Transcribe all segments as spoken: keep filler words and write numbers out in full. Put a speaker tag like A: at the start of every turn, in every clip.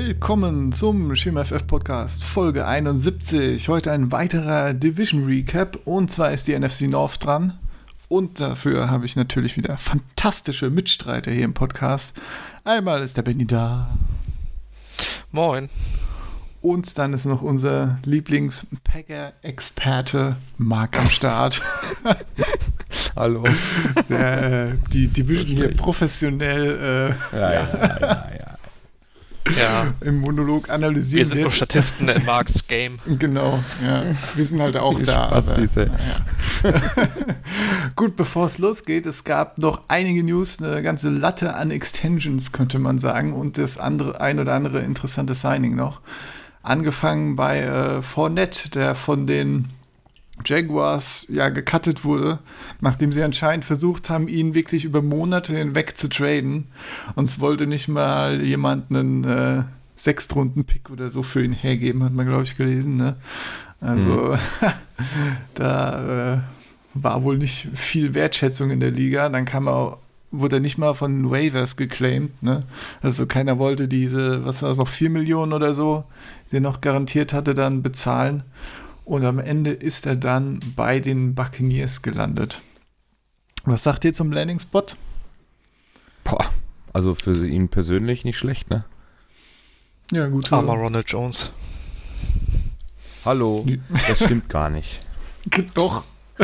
A: Willkommen zum SchemFF Podcast Folge einundsiebzig. Heute ein weiterer Division Recap und zwar ist die N F C North dran und dafür habe ich natürlich wieder fantastische Mitstreiter hier im Podcast. Einmal ist der Benny da.
B: Moin.
A: Und dann ist noch unser Lieblings-Packer-Experte Marc am Start.
C: Hallo.
A: Der, äh, die Division hier professionell äh,
C: ja, ja, ja, ja, ja.
B: Ja.
A: im Monolog analysieren.
B: Wir sind nur Statisten in Marks Game.
A: Genau, ja. Wir sind halt auch da.
C: Spaß,
A: aber,
C: diese.
A: ja. Gut, bevor es losgeht, es gab noch einige News, eine ganze Latte an Extensions, könnte man sagen, und das andere, ein oder andere interessante Signing noch. Angefangen bei äh, Fournette, der von den Jaguars ja gecuttet wurde, nachdem sie anscheinend versucht haben, ihn wirklich über Monate hinweg zu traden. Und es wollte nicht mal jemand einen äh, Sechstrunden-Pick oder so für ihn hergeben, hat man, glaube ich, gelesen. Ne? Also mhm. da äh, war wohl nicht viel Wertschätzung in der Liga. Dann kam er, wurde er nicht mal von den Waivers geclaimed. Ne? Also keiner wollte diese, was war das noch, vier Millionen oder so, die er noch garantiert hatte, dann bezahlen. Und am Ende ist er dann bei den Buccaneers gelandet. Was sagt ihr zum Landing-Spot?
C: Boah, also für ihn persönlich nicht schlecht, ne?
A: Ja, gut.
B: Armer Ronald Jones.
C: Hallo, das stimmt gar nicht.
A: Doch.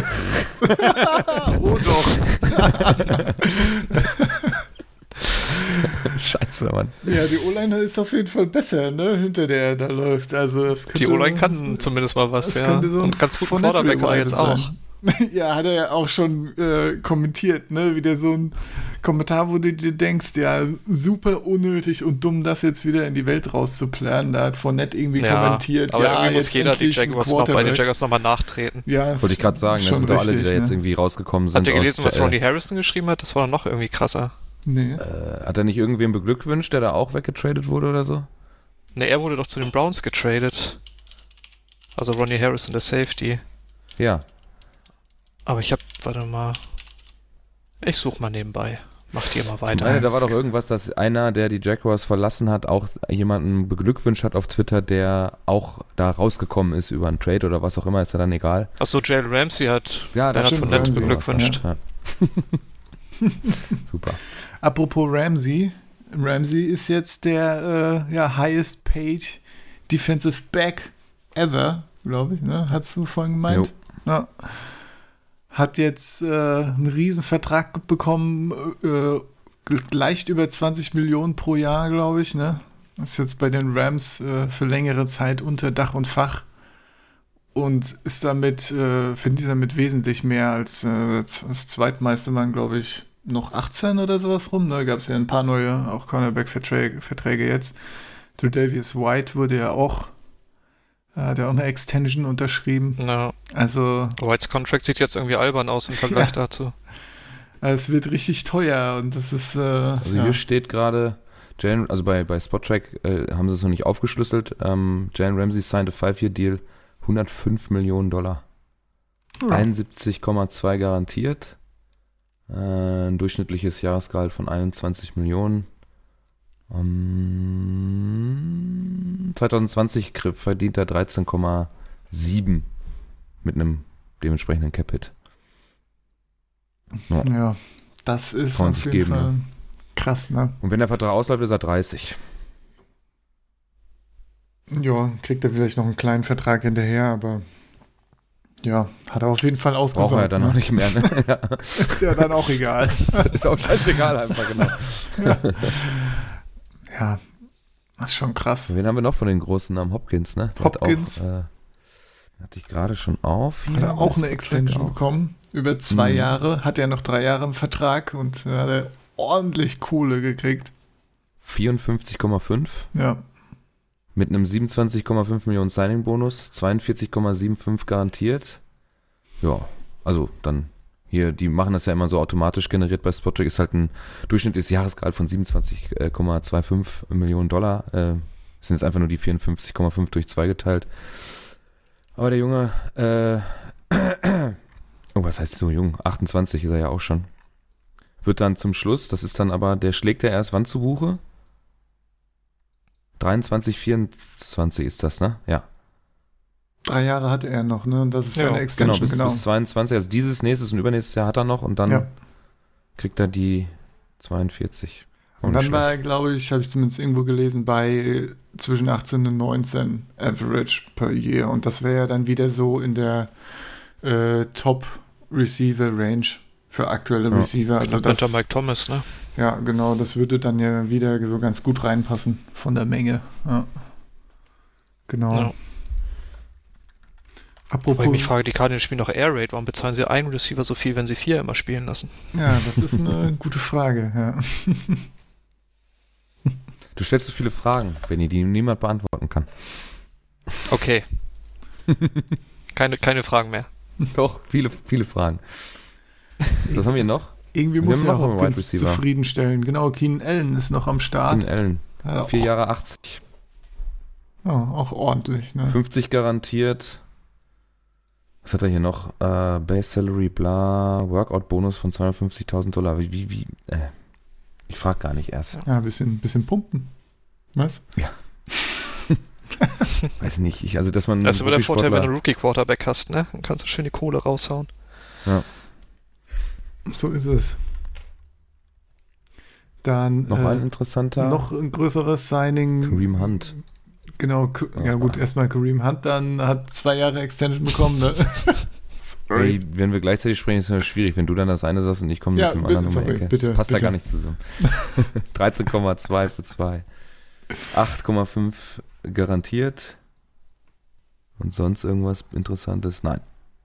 B: Oh doch.
C: Scheiße, Mann.
A: Ja, die O-Line ist auf jeden Fall besser, ne? Hinter der er da läuft. Also das könnte,
B: Die O-Line kann zumindest mal was, ja.
A: So
B: und ganz gut Quarterback hat er jetzt
A: sein.
B: auch.
A: Ja, hat er ja auch schon äh, kommentiert, ne? Wieder so ein Kommentar, wo du dir denkst, ja, super unnötig und dumm, das jetzt wieder in die Welt rauszuplanen. Da hat Fournette irgendwie
B: ja,
A: kommentiert.
B: Aber
A: ja,
B: irgendwie muss jeder die Jaguars noch bei den Jaguars nochmal nachtreten.
A: Ja,
C: wollte ich gerade sagen, das sind doch alle, die da
A: ne?
C: jetzt irgendwie rausgekommen sind.
B: Habt ihr gelesen,
C: aus,
B: was
C: äh,
B: Ronnie Harrison geschrieben hat? Das war doch noch irgendwie krasser.
A: Nee.
C: Äh, hat er nicht irgendwen beglückwünscht, der da auch weggetradet wurde oder so?
B: Ne, er wurde doch zu den Browns getradet. Also Ronnie Harrison, der Safety.
C: Ja.
B: Aber ich hab, warte mal. Ich such mal nebenbei. Macht ihr mal weiter.
C: Nein, da war doch irgendwas, dass einer, der die Jaguars verlassen hat, auch jemanden beglückwünscht hat auf Twitter, der auch da rausgekommen ist über einen Trade oder was auch immer, ist ja dann egal.
B: Achso, Jalen Ramsey hat
C: ja, das
B: Bernhard Fournette beglückwünscht.
C: Ja. Super.
A: Apropos Ramsey. Ramsey ist jetzt der äh, ja, highest paid Defensive Back ever, glaube ich, ne? Hast du vorhin gemeint? Ja. Hat jetzt äh, einen Riesenvertrag bekommen, äh, leicht über zwanzig Millionen pro Jahr, glaube ich, ne? Ist jetzt bei den Rams äh, für längere Zeit unter Dach und Fach und ist damit, äh, verdient damit wesentlich mehr als äh, das zweitmeiste Mann, glaube ich, noch achtzehn oder sowas rum. Da gab es ja ein paar neue, auch Cornerback-Verträge Verträge jetzt. Tre'Davious White wurde ja auch, äh, hat ja auch eine Extension unterschrieben.
B: Ja.
A: Also
B: Whites Contract sieht jetzt irgendwie albern aus im Vergleich ja. dazu.
A: Es wird richtig teuer und das ist. Äh,
C: also
A: ja.
C: hier steht gerade, Jalen, also bei, bei Spottrack äh, haben sie es noch nicht aufgeschlüsselt. Ähm, Jalen Ramsey signed a five-year-Deal, hundertfünf Millionen Dollar. Ja. einundsiebzig Komma zwei garantiert. Äh, ein durchschnittliches Jahresgehalt von einundzwanzig Millionen. Um, zwanzig zwanzig verdient er dreizehn Komma sieben mit einem dementsprechenden Cap-Hit.
A: Ja. ja, das ist
C: Kann
A: auf jeden
C: geben,
A: Fall
C: ne?
A: krass, ne?
C: Und wenn der Vertrag ausläuft, ist er dreißig.
A: Ja, kriegt er vielleicht noch einen kleinen Vertrag hinterher, aber ja, hat er auf jeden Fall ausgesorgt.
C: Braucht er dann
A: ne?
C: noch nicht mehr, ne? Ja.
A: Ist ja dann auch egal.
C: Ist auch scheißegal einfach, genau.
A: Ja. Ja, das ist schon krass.
C: Wen haben wir noch von den großen Namen? Hopkins, ne? Der
A: Hopkins.
C: Hat auch, äh, hatte ich gerade schon auf.
A: Hat er auch eine Extension auch. bekommen. Über zwei mhm. Jahre. Hat er noch drei Jahre im Vertrag und hat er ordentlich Kohle gekriegt.
C: vierundfünfzig Komma fünf.
A: Ja.
C: Mit einem siebenundzwanzig Komma fünf Millionen Signing-Bonus, zweiundvierzig Komma fünfundsiebzig garantiert. Ja, also dann hier, die machen das ja immer so automatisch generiert bei Spottrack, ist halt ein durchschnittliches Jahresgehalt von siebenundzwanzig Komma fünfundzwanzig Millionen Dollar. Äh, sind jetzt einfach nur die vierundfünfzig Komma fünf durch zwei geteilt. Aber der Junge, äh, oh, was heißt so jung? achtundzwanzig ist er ja auch schon. Wird dann zum Schluss, das ist dann aber, der schlägt ja erst wann zu Buche? dreiundzwanzig, vierundzwanzig ist das, ne? Ja.
A: Drei Jahre hatte er noch, ne? Und das ist
B: Ja,
A: seine
C: Genau,
A: Extension,
C: bis,
A: genau.
C: bis zweiundzwanzig. Also dieses, nächstes und übernächstes Jahr hat er noch und dann
A: Ja.
C: kriegt er die zweiundvierzig. Auch
A: Und
C: nicht
A: dann war
C: schlecht.
A: er, glaube ich, habe ich zumindest irgendwo gelesen, bei zwischen achtzehn und neunzehn Average per Year. Und das wäre ja dann wieder so in der äh, Top-Receiver-Range für aktuelle
C: Ja.
A: Receiver. Also
B: Also
A: das,
B: unter Mike Thomas, ne?
A: ja, genau, das würde dann ja wieder so ganz gut reinpassen von der Menge. Ja. Genau.
B: Ja.
A: Apropos,
B: Wobei ich mich frage, die Cardinals spielen doch Air Raid, warum bezahlen sie einen Receiver so viel, wenn sie vier immer spielen lassen?
A: ja, das ist eine gute Frage. Ja.
C: Du stellst so viele Fragen, Benny, die niemand beantworten kann.
B: Okay. keine, keine Fragen mehr.
C: Doch, viele, viele Fragen. Was haben wir noch?
A: Irgendwie
C: Wir
A: muss
C: haben
A: ja
C: noch einen Wide
A: Hopkins
C: Receiver.
A: zufriedenstellen. Genau, Keenan Allen ist noch am Start.
C: Keenan Allen.
A: Ja,
C: Vier
A: auch,
C: Jahre achtzig.
A: ja, auch ordentlich. Ne?
C: fünfzig garantiert. Was hat er hier noch? Äh, Base Salary, bla, Workout-Bonus von zweihundertfünfzigtausend Dollar. Wie, wie, wie äh, ich frage gar nicht erst.
A: Ja, ein bisschen, bisschen pumpen. Was?
C: Weiß nicht. Ich, also, dass man.
B: Das ist aber der Vorteil, wenn du
C: Profisportler-
B: einen Rookie-Quarterback hast, ne? Dann kannst du schön die Kohle raushauen.
A: So ist es. Dann
C: Noch ein
A: äh,
C: interessanter.
A: noch ein größeres Signing.
C: Kareem Hunt.
A: Genau, K- ja gut, erstmal Kareem Hunt, dann hat zwei Jahre Extension bekommen. Ne?
C: Ey, wenn wir gleichzeitig sprechen, ist es schwierig. Wenn du dann das eine sagst und ich komme
A: Ja,
C: mit dem
A: bitte,
C: anderen um die
A: sorry,
C: Ecke.
A: bitte,
C: das passt
A: bitte.
C: da gar nicht zusammen. dreizehn Komma zwei für zwei. acht Komma fünf garantiert. Und sonst irgendwas Interessantes? Nein.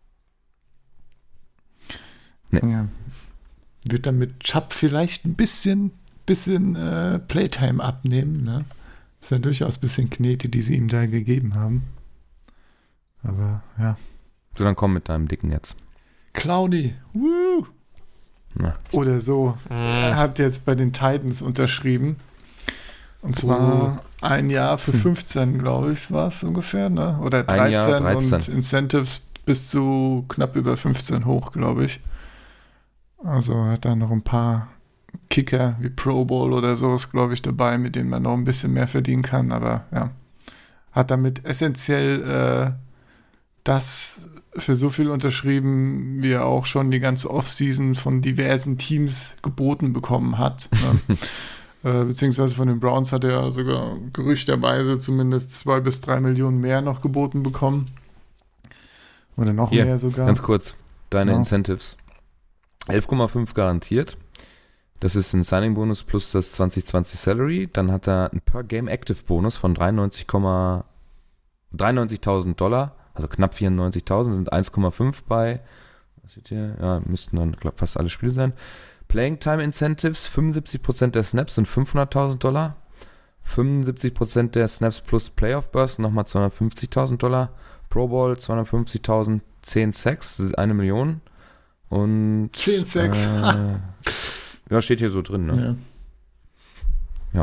A: Ja. Wird dann mit Chubb vielleicht ein bisschen, bisschen äh, Playtime abnehmen. Ne? Ist ja durchaus ein bisschen Knete, die sie ihm da gegeben haben. Aber ja.
C: So, dann komm mit deinem Dicken jetzt.
A: Clowny, woo!
C: Na.
A: Oder so. Er
B: Mm.
A: hat jetzt bei den Titans unterschrieben. Und zwar ein Jahr für fünfzehn, glaube ich, war es ungefähr, ne? Oder
C: Ein Jahr,
A: dreizehn, und
C: dreizehn.
A: Incentives bis zu knapp über fünfzehn hoch, glaube ich. Also hat da noch ein paar Kicker wie Pro Bowl oder so, ist, glaube ich, dabei, mit denen man noch ein bisschen mehr verdienen kann. Aber ja, hat damit essentiell äh, das für so viel unterschrieben, wie er auch schon die ganze Offseason von diversen Teams geboten bekommen hat. Ne? äh, beziehungsweise von den Browns hat er sogar gerüchterweise zumindest zwei bis drei Millionen mehr noch geboten bekommen. Oder noch
C: Hier,
A: mehr sogar.
C: Ganz kurz, deine
A: Ja.
C: Incentives. elf Komma fünf garantiert. Das ist ein Signing-Bonus plus das zwanzig zwanzig Salary. Dann hat er einen Per-Game-Active-Bonus von dreiundneunzig, dreiundneunzigtausend Dollar. Also knapp vierundneunzigtausend, sind eins Komma fünf bei. Was steht hier? Ja, müssten dann glaub, fast alle Spiele sein. Playing Time Incentives, fünfundsiebzig Prozent der Snaps sind fünfhunderttausend Dollar. fünfundsiebzig Prozent der Snaps plus Playoff Burst, nochmal zweihundertfünfzigtausend Dollar. Pro Bowl zweihundertfünfzigtausend, zehn Sacks, das ist eine Million. Und
A: zehn Sacks.
C: Äh, ja, steht hier so drin, ne?
A: Ja.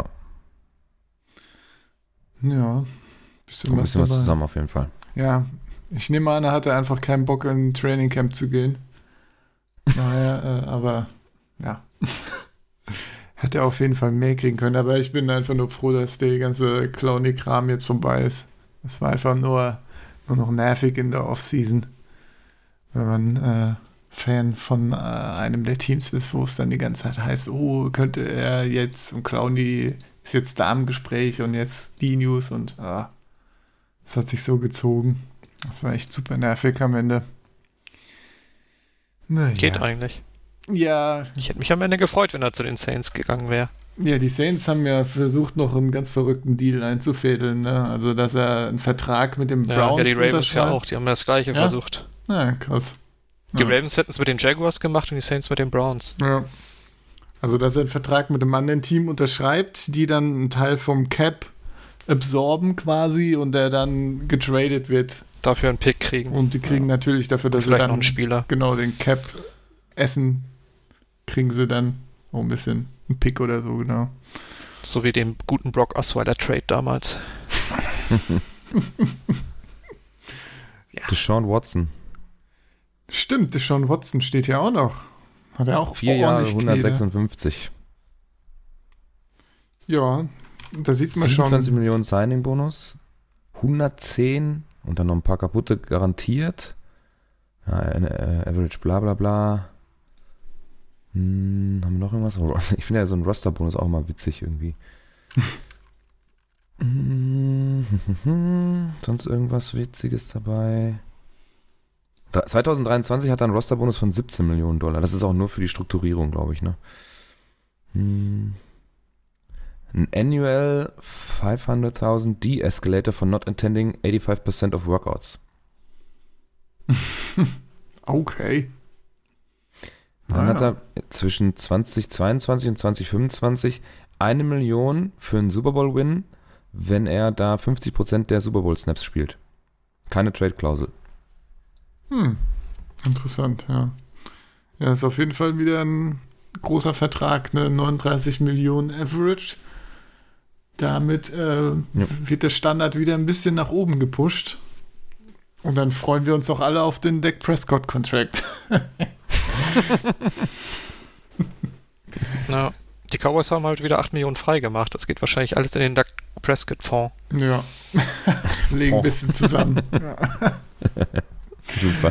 C: Ja.
A: Ja. Bisschen,
C: Kommt ein
A: was,
C: bisschen was
A: dabei.
C: zusammen auf jeden Fall.
A: Ja, ich nehme an, er hatte einfach keinen Bock, in ein Trainingcamp zu gehen. Naja, äh, aber ja. Hätte er auf jeden Fall mehr kriegen können, aber ich bin einfach nur froh, dass der ganze Clowny-Kram jetzt vorbei ist. Es war einfach nur, nur noch nervig in der Offseason, wenn man äh, Fan von äh, einem der Teams ist, wo es dann die ganze Zeit heißt, oh, könnte er jetzt, und Clowny ist jetzt da im Gespräch und jetzt die News und ah, es hat sich so gezogen. Das war echt super nervig am Ende. Naja.
B: Geht eigentlich.
A: Ja,
B: Ich hätte mich am Ende gefreut, wenn er zu den Saints gegangen wäre.
A: ja, die Saints haben ja versucht, noch einen ganz verrückten Deal einzufädeln, ne? Also, dass er einen Vertrag mit den
B: Ja,
A: Browns
B: ja, die Ravens ja
A: unterschreibt.
B: auch, die haben das gleiche
A: Ja?
B: versucht.
A: Ja, krass.
B: Die
A: Ja.
B: Ravens hätten es mit den Jaguars gemacht und die Saints mit den Browns.
A: Ja. Also, dass er einen Vertrag mit einem anderen Team unterschreibt, die dann einen Teil vom Cap absorben quasi und der dann getradet wird.
B: Dafür einen Pick kriegen.
A: Und die kriegen natürlich dafür, dass sie
B: Vielleicht
A: dann
B: noch einen Spieler.
A: genau den Cap essen, kriegen sie dann auch ein bisschen einen Pick oder so, genau.
B: So wie den guten Brock Osweiler Trade damals.
C: Deshaun Watson.
A: Stimmt, Deshaun Watson steht hier auch noch. Hat er auch
C: Vier Jahre,
A: ordentlich Knete.
C: hundertsechsundfünfzig.
A: Ja, da sieht man
C: siebenundzwanzig
A: schon.
C: Millionen Signing-Bonus, hundertzehn und dann noch ein paar kaputte garantiert. Ja, äh, Average bla bla bla. Hm, haben wir noch irgendwas? Oh, ich finde ja so ein Roster-Bonus auch mal witzig irgendwie. Sonst irgendwas Witziges dabei? zwanzig dreiundzwanzig hat er einen Roster-Bonus von siebzehn Millionen Dollar. Das ist auch nur für die Strukturierung, glaube ich, ne? Hm. Ein Annual fünfhunderttausend De-Escalator for not attending eighty-five percent of workouts.
A: Okay.
C: Dann
A: Ah,
C: hat
A: ja.
C: er zwischen zwanzig zweiundzwanzig und zwanzig fünfundzwanzig eine Million für einen Super Bowl-Win, wenn er da fünfzig Prozent der Super Bowl-Snaps spielt. Keine Trade-Klausel.
A: Hm. Interessant, ja. Ja, ist auf jeden Fall wieder ein großer Vertrag, ne? neununddreißig Millionen Average. Damit äh,
C: Ja.
A: wird der Standard wieder ein bisschen nach oben gepusht. Und dann freuen wir uns auch alle auf den Dak Prescott-Contract.
B: Na, die Cowboys haben halt wieder acht Millionen frei gemacht. Das geht wahrscheinlich alles in den Dak Prescott-Fonds.
A: Ja. Legen ein
C: Oh.
A: bisschen zusammen. Ja.
C: Super.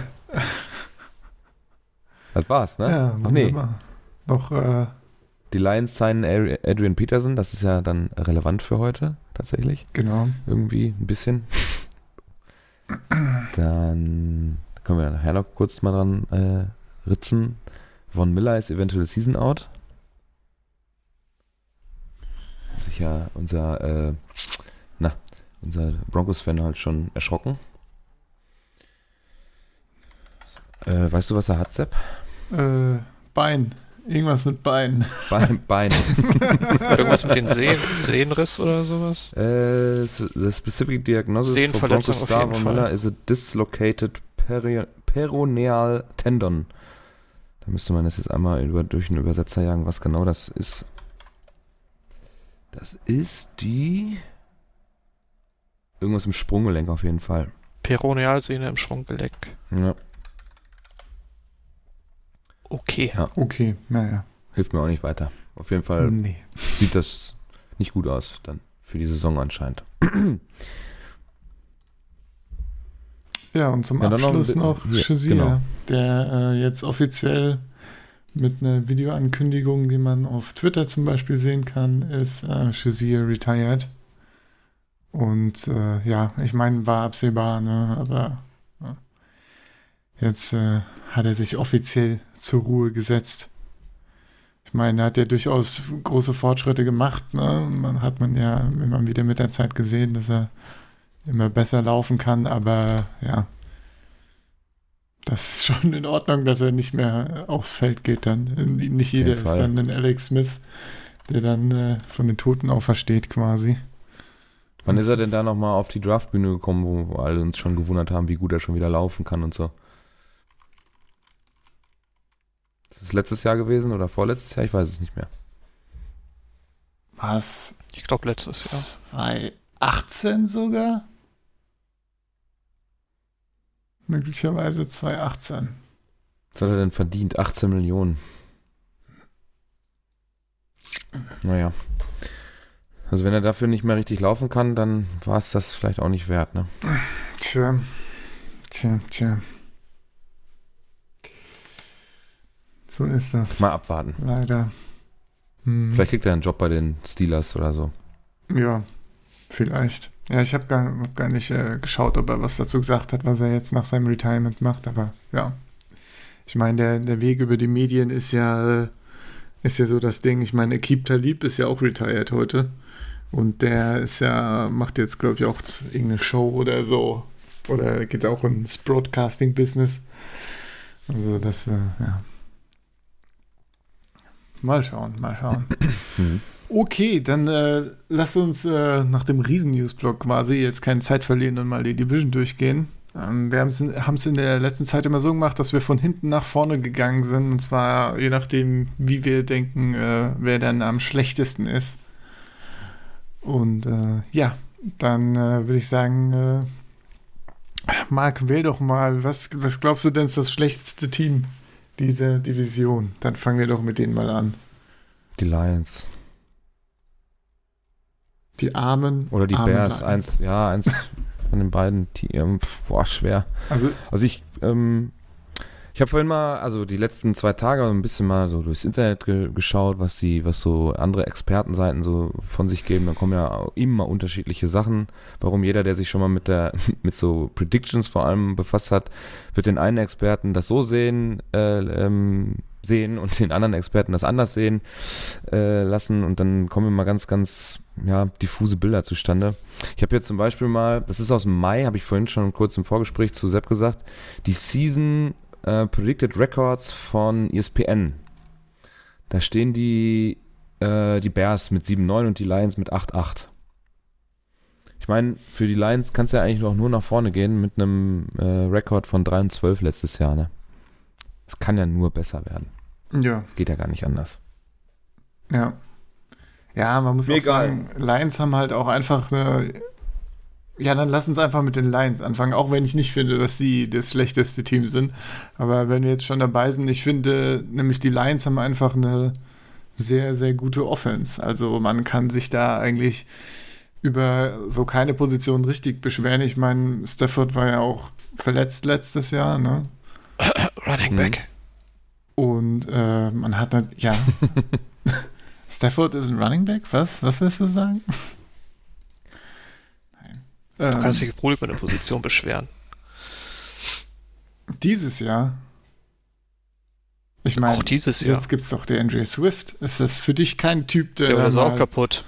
C: Das war's, ne?
A: Ja,
C: Ach nee,
A: wunderbar. Noch, äh,
C: die Lions signen Ar- Adrian Peterson. Das ist ja dann relevant für heute, tatsächlich.
A: genau.
C: Irgendwie ein bisschen. Dann können wir nachher noch kurz mal dran äh, ritzen. Von Miller ist eventuell Season Out. Hat sich ja unser, äh, na, unser Broncos-Fan halt schon erschrocken. Äh, weißt du, was er hat, Sepp?
A: Äh, Bein. Irgendwas mit Bein.
C: Bein. Bein.
B: Irgendwas mit den Sehnen, Sehnenriss oder sowas?
C: uh, the specific diagnosis for
B: Sehnenverletzung
C: Broncos
B: auf
C: star
B: jeden
C: Von
B: Fall.
C: Miller is a dislocated peri- peroneal tendon. Da müsste man das jetzt einmal über, durch einen Übersetzer jagen, was genau das ist. Das ist die... Irgendwas im Sprunggelenk auf jeden Fall.
B: Peronealsehne im Schwunggelenk.
C: Ja,
B: Okay.
C: Ja.
A: Okay, naja.
C: hilft mir auch nicht weiter. Auf jeden Fall
A: Nee.
C: sieht das nicht gut aus dann für die Saison anscheinend.
A: Ja, und zum
C: Ja, dann noch ein
A: Abschluss
C: bisschen-
A: noch
C: hier,
A: Shazier,
C: genau.
A: der äh, jetzt offiziell mit einer Videoankündigung, die man auf Twitter zum Beispiel sehen kann, ist äh, Shazier retired. Und äh, ja, ich meine, war absehbar, ne? Aber ja. Jetzt äh, hat er sich offiziell zur Ruhe gesetzt. Ich meine, er hat ja durchaus große Fortschritte gemacht, ne? Man hat man ja immer wieder mit der Zeit gesehen, dass er immer besser laufen kann, aber ja, das ist schon in Ordnung, dass er nicht mehr aufs Feld geht dann. Nicht jeder
C: jeden
A: ist
C: Fall.
A: dann ein Alex Smith, der dann äh, von den Toten aufersteht quasi.
C: Wann
A: Das
C: ist er denn
A: ist-
C: da nochmal auf die Draftbühne gekommen, wo wir alle uns schon gewundert haben, wie gut er schon wieder laufen kann und so? Ist das letztes Jahr gewesen oder vorletztes Jahr? Ich weiß es nicht mehr.
A: Was?
B: Ich glaube letztes Jahr.
A: zwanzig achtzehn sogar? Möglicherweise zwanzig achtzehn.
C: Was hat er denn verdient? achtzehn Millionen. Naja. Also wenn er dafür nicht mehr richtig laufen kann, dann war es das vielleicht auch nicht wert, ne?
A: Tja, tja, tja. So ist das.
C: Mal abwarten.
A: Leider. Hm.
C: Vielleicht kriegt er einen Job bei den Steelers oder so.
A: Ja, vielleicht. Ja, ich habe gar, hab gar nicht äh, geschaut, ob er was dazu gesagt hat, was er jetzt nach seinem Retirement macht, aber ja. Ich meine, der, der Weg über die Medien ist ja, äh, ist ja so das Ding. Ich meine, Aqib Talib ist ja auch retired heute. Und der ist ja, macht jetzt, glaube ich, auch irgendeine Show oder so. Oder geht auch ins Broadcasting-Business. Also das, äh, ja. Mal schauen, mal schauen.
C: Mhm.
A: Okay, dann äh, lass uns äh, nach dem Riesen-News-Block quasi jetzt keine Zeit verlieren und mal die Division durchgehen. Ähm, wir haben es in der letzten Zeit immer so gemacht, dass wir von hinten nach vorne gegangen sind. Und zwar je nachdem, wie wir denken, äh, wer dann am schlechtesten ist. Und äh, ja, dann äh, würde ich sagen, äh, Marc, wähl doch mal, was, was glaubst du denn ist das schlechteste Team dieser Division? Dann fangen wir doch mit denen mal an.
C: Die Lions.
A: Die Armen.
C: Oder die
A: armen
C: Bears,
A: Lions.
C: eins, ja, eins von den beiden Teams. Boah, schwer.
A: Also,
C: Also ich, ähm, ich habe vorhin mal, also die letzten zwei Tage ein bisschen mal so durchs Internet ge- geschaut, was die, was so andere Expertenseiten so von sich geben. Da kommen ja immer unterschiedliche Sachen. Warum jeder, der sich schon mal mit der, mit so Predictions vor allem befasst hat, wird den einen Experten das so sehen, äh, ähm, sehen und den anderen Experten das anders sehen äh, lassen und dann kommen immer ganz, ganz ja, diffuse Bilder zustande. Ich habe jetzt zum Beispiel mal, das ist aus dem Mai, habe ich vorhin schon kurz im Vorgespräch zu Sepp gesagt, die Season Uh, Predicted Records von E S P N. Da stehen die, äh, die Bears mit sieben neun und die Lions mit acht acht. Ich meine, für die Lions kann es ja eigentlich auch nur nach vorne gehen mit einem äh, Rekord von drei und zwölf letztes Jahr. Ne? Es kann ja nur besser werden.
A: ja.
C: Geht ja gar nicht anders.
A: Ja. Ja, man muss
C: Mir
A: auch
C: egal.
A: sagen, Lions haben halt auch einfach eine. Ja, dann lass uns einfach mit den Lions anfangen, auch wenn ich nicht finde, dass sie das schlechteste Team sind. Aber wenn wir jetzt schon dabei sind, ich finde, nämlich die Lions haben einfach eine sehr, sehr gute Offense. Also man kann sich da eigentlich über so keine Position richtig beschweren. Ich meine, Stafford war ja auch verletzt letztes Jahr, ne?
B: Running
C: Mhm.
B: Back.
A: Und äh, man hat dann, ja. Stafford ist ein Running Back? Was? Was willst du sagen?
B: Du
A: Ähm,
B: kannst dich wohl über eine Position beschweren.
A: Dieses Jahr. Ich meine,
B: Auch dieses Jahr.
A: jetzt gibt es doch der Andrew Swift. Ist das für dich kein Typ, der.
B: Der
A: dann
B: ist auch
A: mal-
B: kaputt.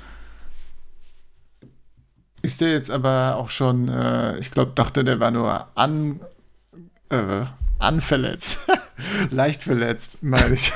A: Ist der jetzt aber auch schon, äh, ich glaube, dachte, der war nur an, äh, anverletzt. Leicht verletzt, meine ich.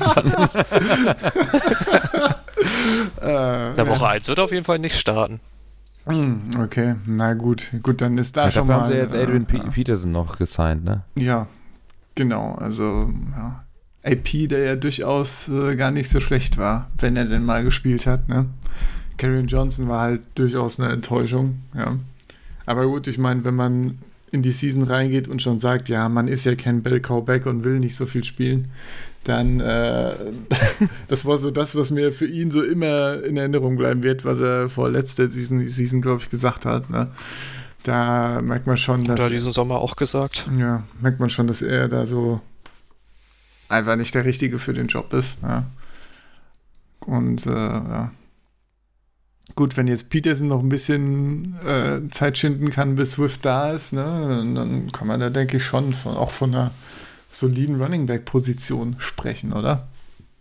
A: äh,
B: In der Woche eins wird er auf jeden Fall nicht starten.
A: Hm, okay, na gut. Gut, dann ist da
C: Ja,
A: schon
C: dafür
A: mal.
C: haben sie jetzt Adrian
A: äh,
C: Pe-
A: ja.
C: Peterson noch gesigned, ne?
A: Ja, genau. Also, ja. A P, der ja durchaus äh, gar nicht so schlecht war, wenn er denn mal gespielt hat, ne? Kerryon Johnson war halt durchaus eine Enttäuschung, ja. Aber gut, ich meine, wenn man in die Season reingeht und schon sagt, ja, man ist ja kein Bell Cowback und will nicht so viel spielen, dann äh, das war so das, was mir für ihn so immer in Erinnerung bleiben wird, was er vor letzter Season, Season glaube ich, gesagt hat, ne? Da merkt man schon, dass
B: Hat er diesen Sommer auch gesagt.
A: ja, merkt man schon, dass er da so einfach nicht der Richtige für den Job ist. Ja. Und äh, ja. Gut, wenn jetzt Peterson noch ein bisschen äh, Zeit schinden kann, bis Swift da ist, ne, dann kann man da, denke ich, schon von, auch von einer soliden Running Back Position sprechen, oder?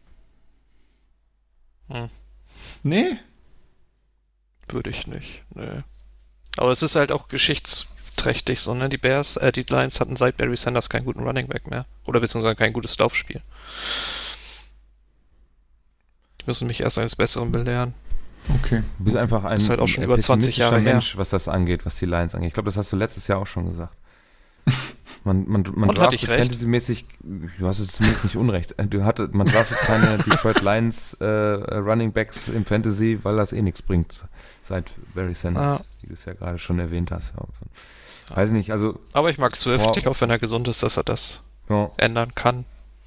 B: Hm.
A: Nee?
B: Würde ich nicht. Nee. Aber es ist halt auch geschichtsträchtig so, ne? Die Bears, äh, die Lions hatten seit Barry Sanders keinen guten Running Back mehr. Oder beziehungsweise kein gutes Laufspiel. Die müssen mich erst eines Besseren belehren.
A: Okay.
C: Du bist einfach ein,
B: Ist halt auch schon
C: ein
B: über zwanzig
C: pessimistischer
B: Jahre her.
C: Mensch, was das angeht, was die Lions angeht. Ich glaube, das hast du letztes Jahr auch schon gesagt. Man, man, man
B: Und hatte ich
C: draftet
B: recht?
C: fantasymäßig, du hast es zumindest nicht unrecht, du hatte, man draftet keine Detroit Lions äh, Running Backs im Fantasy, weil das eh nichts bringt, seit Barry Sanders,
B: Ah.
C: wie du es ja gerade schon erwähnt hast. Weiß nicht, also
B: Aber ich mag Swift.
C: Vor-
B: Ich hoffe, wenn er gesund ist, dass er das
C: ja,
B: ändern kann.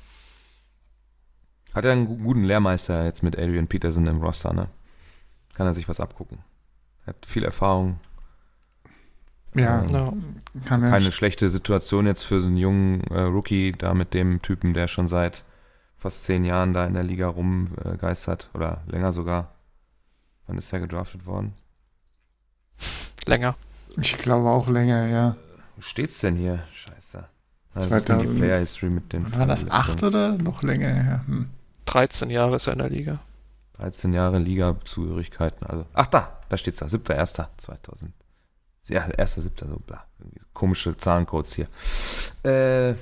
C: hat er einen gu- guten Lehrmeister jetzt mit Adrian Peterson im Roster, ne? Kann er sich was abgucken. Er hat viel Erfahrung.
A: Ja,
C: Ähm,
B: Ja.
A: kann er.
C: Keine schlechte Situation jetzt für so einen jungen äh, Rookie da mit dem Typen, der schon seit fast zehn Jahren da in der Liga rumgeistert äh, oder länger sogar. Wann ist der gedraftet worden?
B: Länger.
A: Ich glaube auch länger, ja.
C: Wo steht's denn hier? Scheiße. Das ist nur die
A: zweitausend.
C: Player History mit den
A: War das acht oder noch länger her? Hm.
B: dreizehn Jahre ist er in der Liga.
C: dreizehn Jahre Liga-Zugehörigkeiten. Also, ach da, da steht's da. siebter erster zweitausend. Ja, erster siebter so bla. Irgendwie so komische Zahlencodes hier. Äh,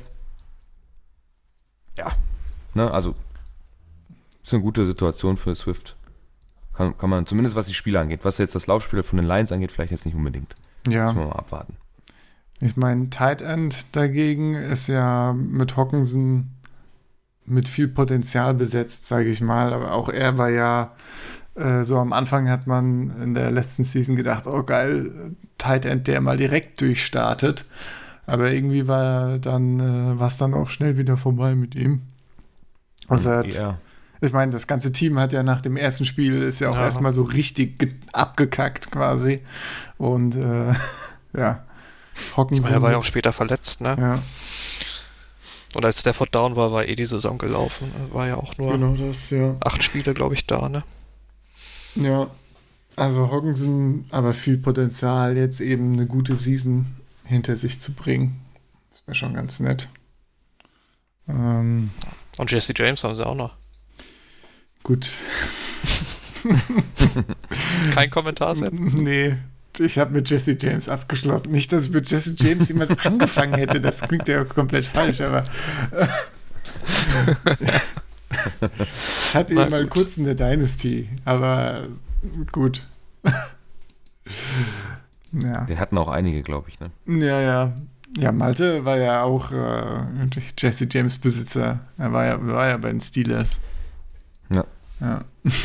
C: ja. Ne, also, ist eine gute Situation für Swift. Kann, kann man, zumindest was die Spiele angeht. Was jetzt das Laufspiel von den Lions angeht, vielleicht jetzt nicht unbedingt.
A: Ja.
C: Müssen wir mal abwarten.
A: Ich meine, Tight End dagegen ist ja mit Hockenson mit viel Potenzial besetzt, sage ich mal. Aber auch er war ja, äh, so am Anfang hat man in der letzten Season gedacht, oh geil, Tight End, der mal direkt durchstartet. Aber irgendwie war dann, äh, war es dann auch schnell wieder vorbei mit ihm. Also er hat,
C: Ja.
A: Ich meine, das ganze Team hat ja nach dem ersten Spiel ist ja auch
B: Ja.
A: erstmal so richtig ge- abgekackt quasi. Und äh, ja, Hawkinson.
B: Er war ja auch später verletzt, ne?
A: Ja,
B: Und als Stafford down war, war eh die Saison gelaufen. Er war ja auch nur
A: genau das, ja.
B: acht Spiele, glaube ich, da, ne?
A: Ja, also Hawkinson, aber viel Potenzial, jetzt eben eine gute Season hinter sich zu bringen. Das wäre schon ganz nett. Ähm,
B: Und Jesse James haben sie auch noch.
A: gut.
B: Kein Kommentar, Sepp?
A: Nee, ich habe mit Jesse James abgeschlossen. Nicht, dass ich mit Jesse James jemals angefangen hätte, das klingt ja komplett falsch, aber ich hatte ihn
B: Na
A: mal
B: gut.
A: kurz in der Dynasty, aber gut. Ja.
C: Den hatten auch einige, glaube ich, ne?
A: Ja, ja. Ja, Malte war ja auch äh, Jesse James Besitzer. Er war ja, war ja bei den Steelers.
C: Ja.
A: Ja.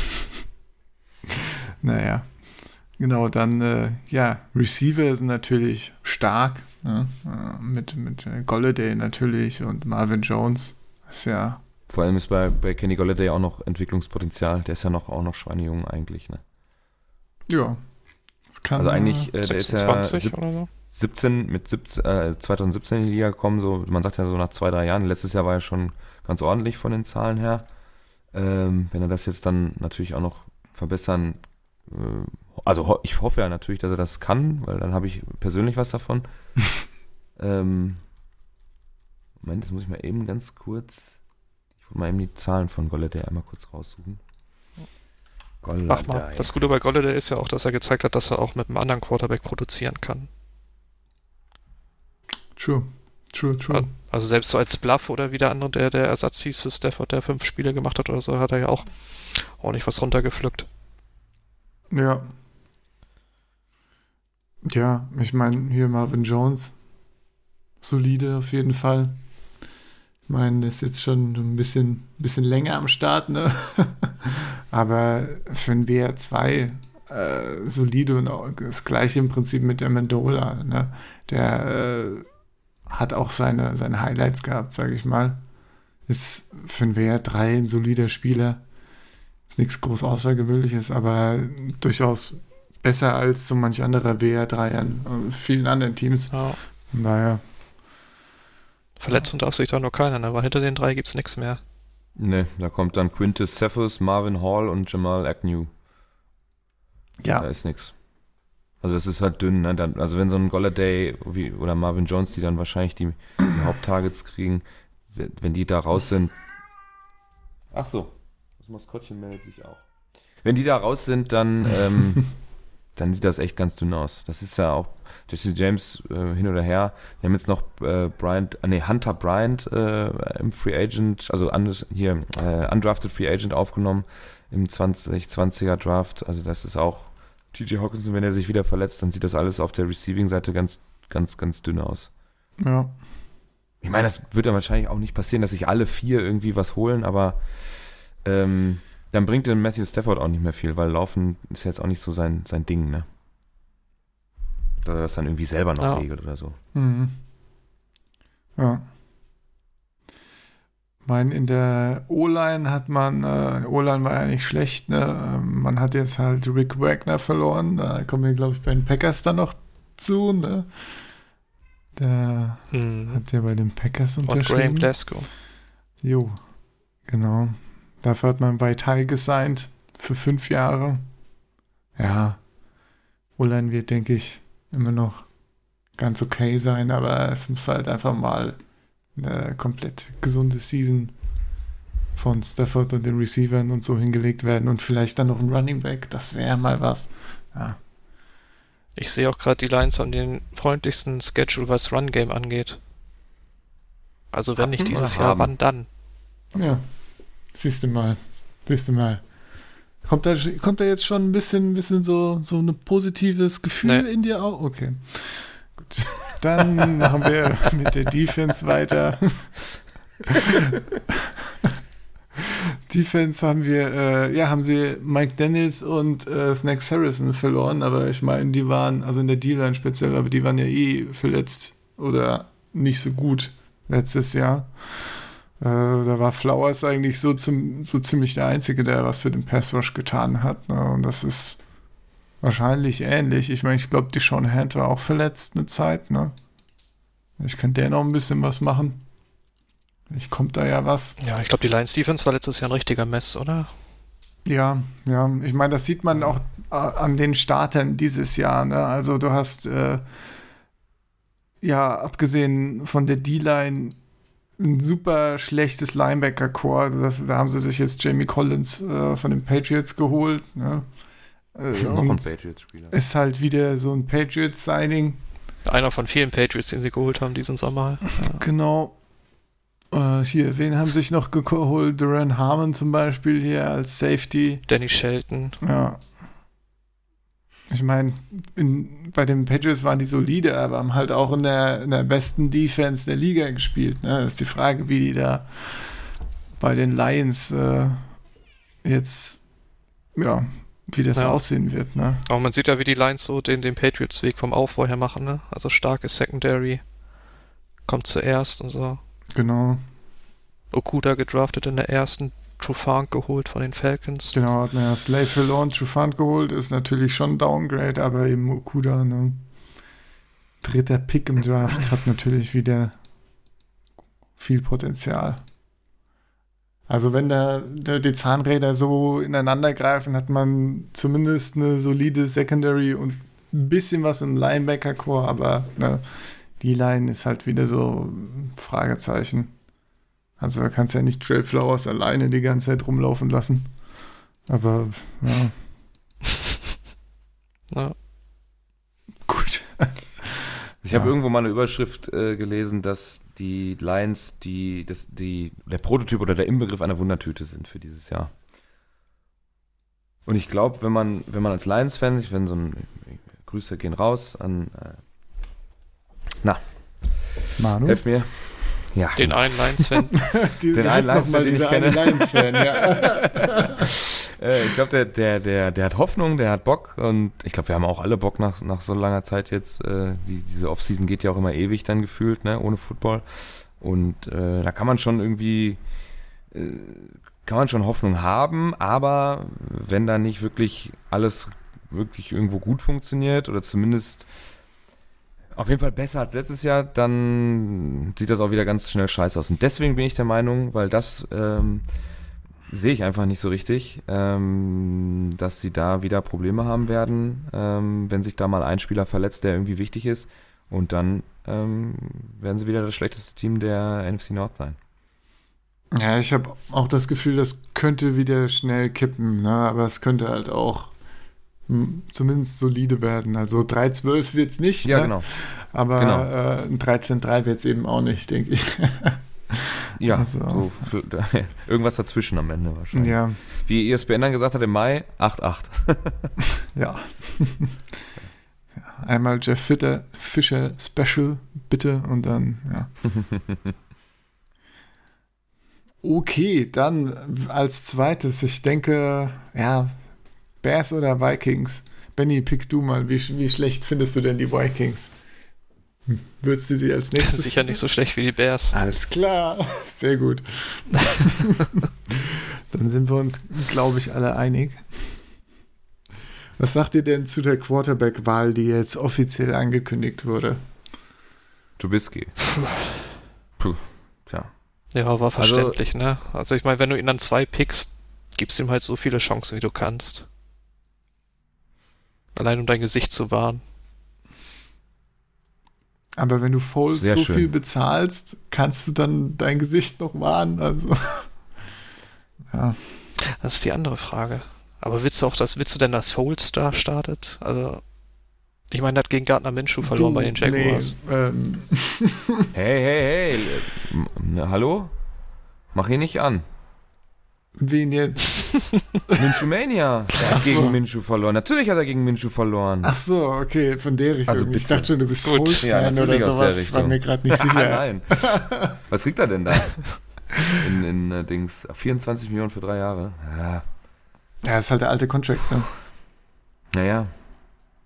A: Naja. Genau, dann, äh, ja, Receiver sind natürlich stark. Ne? Äh, mit, mit äh, Golladay natürlich und Marvin Jones. Das ist ja.
C: Vor allem ist bei, bei Kenny Golladay auch noch Entwicklungspotenzial. Der ist ja noch, auch noch schweinejung eigentlich, ne?
A: Ja. Kann,
C: Also eigentlich, äh, der ist ja
B: sechsundzwanzig
C: sieb-
B: oder so?
C: siebzehn, mit siebzehn, äh, zwanzig siebzehn in die Liga gekommen, so, man sagt ja so nach zwei, drei Jahren. Letztes Jahr war er schon ganz ordentlich von den Zahlen her. Ähm, wenn er das jetzt dann natürlich auch noch verbessern, äh, also ho- ich hoffe ja natürlich, dass er das kann, weil dann habe ich persönlich was davon. ähm, Moment, das muss ich mal eben ganz kurz, ich will mal eben die Zahlen von Golladay einmal kurz raussuchen.
B: Mach mal. Das Gute bei Golladay ist ja auch, dass er gezeigt hat, dass er auch mit einem anderen Quarterback produzieren kann.
A: True. True, true.
B: Also selbst so als Bluff oder wie der andere, der der Ersatz hieß für Stafford, der fünf Spiele gemacht hat oder so, hat er ja auch ordentlich was runtergepflückt.
A: Ja. Ja, ich meine, hier Marvin Jones. Solide auf jeden Fall. Ich meine, der ist jetzt schon ein bisschen, bisschen länger am Start, ne? Aber für ein W R zwei äh, solide und auch das gleiche im Prinzip mit der Amendola, ne? Der äh, hat auch seine, seine Highlights gehabt, sage ich mal. Ist für ein W R drei ein solider Spieler. Ist nichts groß Außergewöhnliches, aber durchaus besser als so manch anderer W R drei an vielen anderen Teams.
B: Ja.
A: Naja.
B: Verletzen darf sich da nur keiner, aber hinter den drei gibt's nichts mehr.
C: Ne, da kommt dann Quintus Cephus, Marvin Hall und Jamal Agnew. Da
A: Ja,
C: ist nichts. Also das ist halt dünn, ne? Dann, also wenn so ein Golladay wie, oder Marvin Jones, die dann wahrscheinlich die, die Haupttargets kriegen, wenn, wenn die da raus sind. Ach so, das Maskottchen meldet sich auch. Wenn die da raus sind, dann, ähm, dann sieht das echt ganz dünn aus. Das ist ja auch Jesse James äh, hin oder her. Wir haben jetzt noch äh, Bryant, äh, nee, Hunter Bryant äh, im Free Agent, also un, hier äh, undrafted Free Agent aufgenommen im zwanzig zwanziger Draft. Also das ist auch T J Hawkinson, wenn er sich wieder verletzt, dann sieht das alles auf der Receiving-Seite ganz, ganz, ganz dünn aus.
A: ja.
C: Ich meine, das wird ja wahrscheinlich auch nicht passieren, dass sich alle vier irgendwie was holen, aber ähm, dann bringt den Matthew Stafford auch nicht mehr viel, weil Laufen ist jetzt auch nicht so sein, sein Ding, ne? Dass er das dann irgendwie selber noch
B: Ja.
C: regelt oder so.
A: Mhm. Ja. Ich meine, in der O-Line hat man, äh, O-Line war ja nicht schlecht, ne? Ähm, Man hat jetzt halt Rick Wagner verloren, da kommen wir, glaube ich, bei den Packers dann noch zu, ne? Der
B: Hm.
A: hat ja bei den Packers
B: Und Graham
A: unterschrieben.
B: Glasgow.
A: Jo, genau. Dafür hat man Vitae gesigned für fünf Jahre. Ja, O-Line wird, denke ich, immer noch ganz okay sein, aber es muss halt einfach mal eine komplett gesunde Season von Stafford und den Receivern und so hingelegt werden und vielleicht dann noch ein Running Back, das wäre mal was. Ja,
B: Ich sehe auch gerade, die Lions haben den freundlichsten Schedule, was Run-Game angeht. Also wenn nicht
C: Hatten
B: dieses
C: oder
B: Jahr,
C: haben?
B: wann dann?
A: ja. Siehst du mal, siehst du mal. Kommt da, kommt da jetzt schon ein bisschen, bisschen so, so ein positives Gefühl
B: Nee.
A: in dir auch? Okay. Gut. Dann machen wir mit der Defense weiter. Defense haben wir, äh, ja, haben sie Mike Daniels und äh, Snacks Harrison verloren, aber ich meine, die waren, also in der D-Line speziell, aber die waren ja eh verletzt oder nicht so gut letztes Jahr. Äh, da war Flowers eigentlich so, zum, so ziemlich der Einzige, der was für den Pass Rush getan hat. Ne? Und das ist wahrscheinlich ähnlich. Ich meine, ich glaube, die Sean Hand war auch verletzt eine Zeit. Ne? Ich kann der noch ein bisschen was machen. Ich kommt da ja was.
B: Ja, ich glaube, die Lions Defense war letztes Jahr ein richtiger Mess, oder?
A: Ja, ja. Ich meine, das sieht man auch äh, an den Startern dieses Jahr. Ne? Also du hast äh, ja, abgesehen von der D-Line ein super schlechtes Linebacker-Core. Das, da haben sie sich jetzt Jamie Collins äh, von den Patriots geholt. Ne? Äh,
C: Noch ein Patriots-Spieler.
A: Ist halt wieder so ein Patriots-Signing.
B: Einer von vielen Patriots, den sie geholt haben diesen Sommer. Ja.
A: Genau. Äh, hier, wen haben sich noch geholt? Duran Harmon zum Beispiel hier als Safety.
B: Danny Shelton.
A: Ja. Ich meine, bei den Patriots waren die solide, aber haben halt auch in der, in der besten Defense der Liga gespielt. Ne? Das ist die Frage, wie die da bei den Lions äh, jetzt, ja, wie das ja. aussehen wird. Ne?
B: Aber man sieht ja, wie die Lions so den, den Patriots-Weg vom Aufbau her machen. Ne? Also starke Secondary kommt zuerst und so.
A: Genau.
B: Okuda gedraftet in der ersten, Trufant geholt von den Falcons.
A: Genau, hat man ja Slay verloren, Trufant geholt, ist natürlich schon Downgrade, aber eben Okuda, ne? Dritter Pick im Draft, hat natürlich wieder viel Potenzial. Also wenn da, da die Zahnräder so ineinander greifen, hat man zumindest eine solide Secondary und ein bisschen was im Linebacker-Core, aber ne, die Line ist halt wieder so ein Fragezeichen. Also da kannst du ja nicht Trey Flowers alleine die ganze Zeit rumlaufen lassen. Aber, ja.
B: ja.
A: Gut.
C: Ich habe
A: ja.
C: irgendwo mal eine Überschrift äh, gelesen, dass die Lions die, das, die, der Prototyp oder der Inbegriff einer Wundertüte sind für dieses Jahr. Und ich glaube, wenn man, wenn man als Lions-Fan, ich wenn so ein Grüße gehen raus an äh, na,
A: Manu?
C: helft mir. Ja.
B: Den einen Lions-Fan.
C: Den einen Lions-Fan, den ich kenne.
A: Lions-Fan, ja.
C: äh, ich glaube, der, der, der, der hat Hoffnung, der hat Bock und ich glaube, wir haben auch alle Bock nach, nach so langer Zeit jetzt. Äh, die, diese Offseason geht ja auch immer ewig dann gefühlt, ne, ohne Football. Und äh, da kann man schon irgendwie, äh, kann man schon Hoffnung haben, aber wenn da nicht wirklich alles wirklich irgendwo gut funktioniert oder zumindest auf jeden Fall besser als letztes Jahr, dann sieht das auch wieder ganz schnell scheiße aus. Und deswegen bin ich der Meinung, weil das ähm, sehe ich einfach nicht so richtig, ähm, dass sie da wieder Probleme haben werden, ähm, wenn sich da mal ein Spieler verletzt, der irgendwie wichtig ist. Und dann ähm, werden sie wieder das schlechteste Team der N F C North sein.
A: Ja, ich habe auch das Gefühl, das könnte wieder schnell kippen, ne? Aber es könnte halt auch zumindest solide werden. Also drei zwölf wird es nicht,
C: ja,
A: ne?
C: genau.
A: Aber
C: genau.
A: Äh, ein dreizehn drei wird es eben auch nicht, denke ich.
C: ja,
A: also.
C: so, für, irgendwas dazwischen am Ende wahrscheinlich.
A: Ja.
C: Wie E S P N dann gesagt hat, im Mai acht acht.
A: ja. ja. Einmal Jeff Fitter, Fischer Special, bitte, und dann, ja. Okay, dann als zweites, ich denke, ja, Bears oder Vikings? Benny, pick du mal. Wie, wie schlecht findest du denn die Vikings? Hm. Würdest du sie als nächstes?
B: Sicher nicht so schlecht wie die Bears.
A: Alles klar. Sehr gut. Dann sind wir uns, glaube ich, alle einig. Was sagt ihr denn zu der Quarterback-Wahl, die jetzt offiziell angekündigt wurde?
C: Trubisky. Puh. Tja.
B: Ja, war verständlich, also, ne? Also ich meine, wenn du ihn dann zwei pickst, gibst du ihm halt so viele Chancen, wie du kannst. Allein um dein Gesicht zu wahren.
A: Aber wenn du Foles
C: Sehr
A: so
C: schön.
A: viel bezahlst, kannst du dann dein Gesicht noch wahren? Also, ja.
B: Das ist die andere Frage. Aber willst du auch das, willst du denn, dass Foles da startet? Also, ich meine, er hat gegen Gardner Minshew verloren
A: du,
B: bei den Jaguars.
A: Nee, ähm.
C: Hey, hey, hey. Na, hallo? Mach ihn nicht an.
A: Wen jetzt?
C: Minshewmania. Er hat
A: Ach
C: gegen
A: so.
C: Minshew verloren. Natürlich hat er gegen Minshew verloren.
A: Ach so, okay, von der Richtung.
C: Also
A: ich
C: bitte.
A: dachte schon, du bist
B: Gut.
A: Foles-Fan
C: Ja, natürlich
A: oder
C: aus der
A: sowas. Ich war
C: Richtung.
A: mir gerade nicht sicher.
C: Nein. Was kriegt er denn da? In, in äh, Dings. vierundzwanzig Millionen für drei Jahre. Ja.
A: Ja, ist halt der alte Contract, ne?
C: Naja.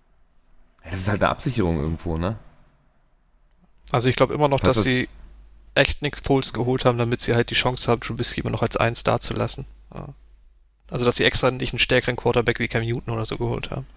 C: Ja, das ist halt eine Absicherung irgendwo, ne?
B: Also ich glaube immer noch,
C: Was
B: dass
C: ist-
B: sie echt Nick Foles geholt haben, damit sie halt die Chance haben, Trubisky immer noch als eins dazulassen. Ja. Also, dass sie extra nicht einen stärkeren Quarterback wie Cam Newton oder so geholt haben.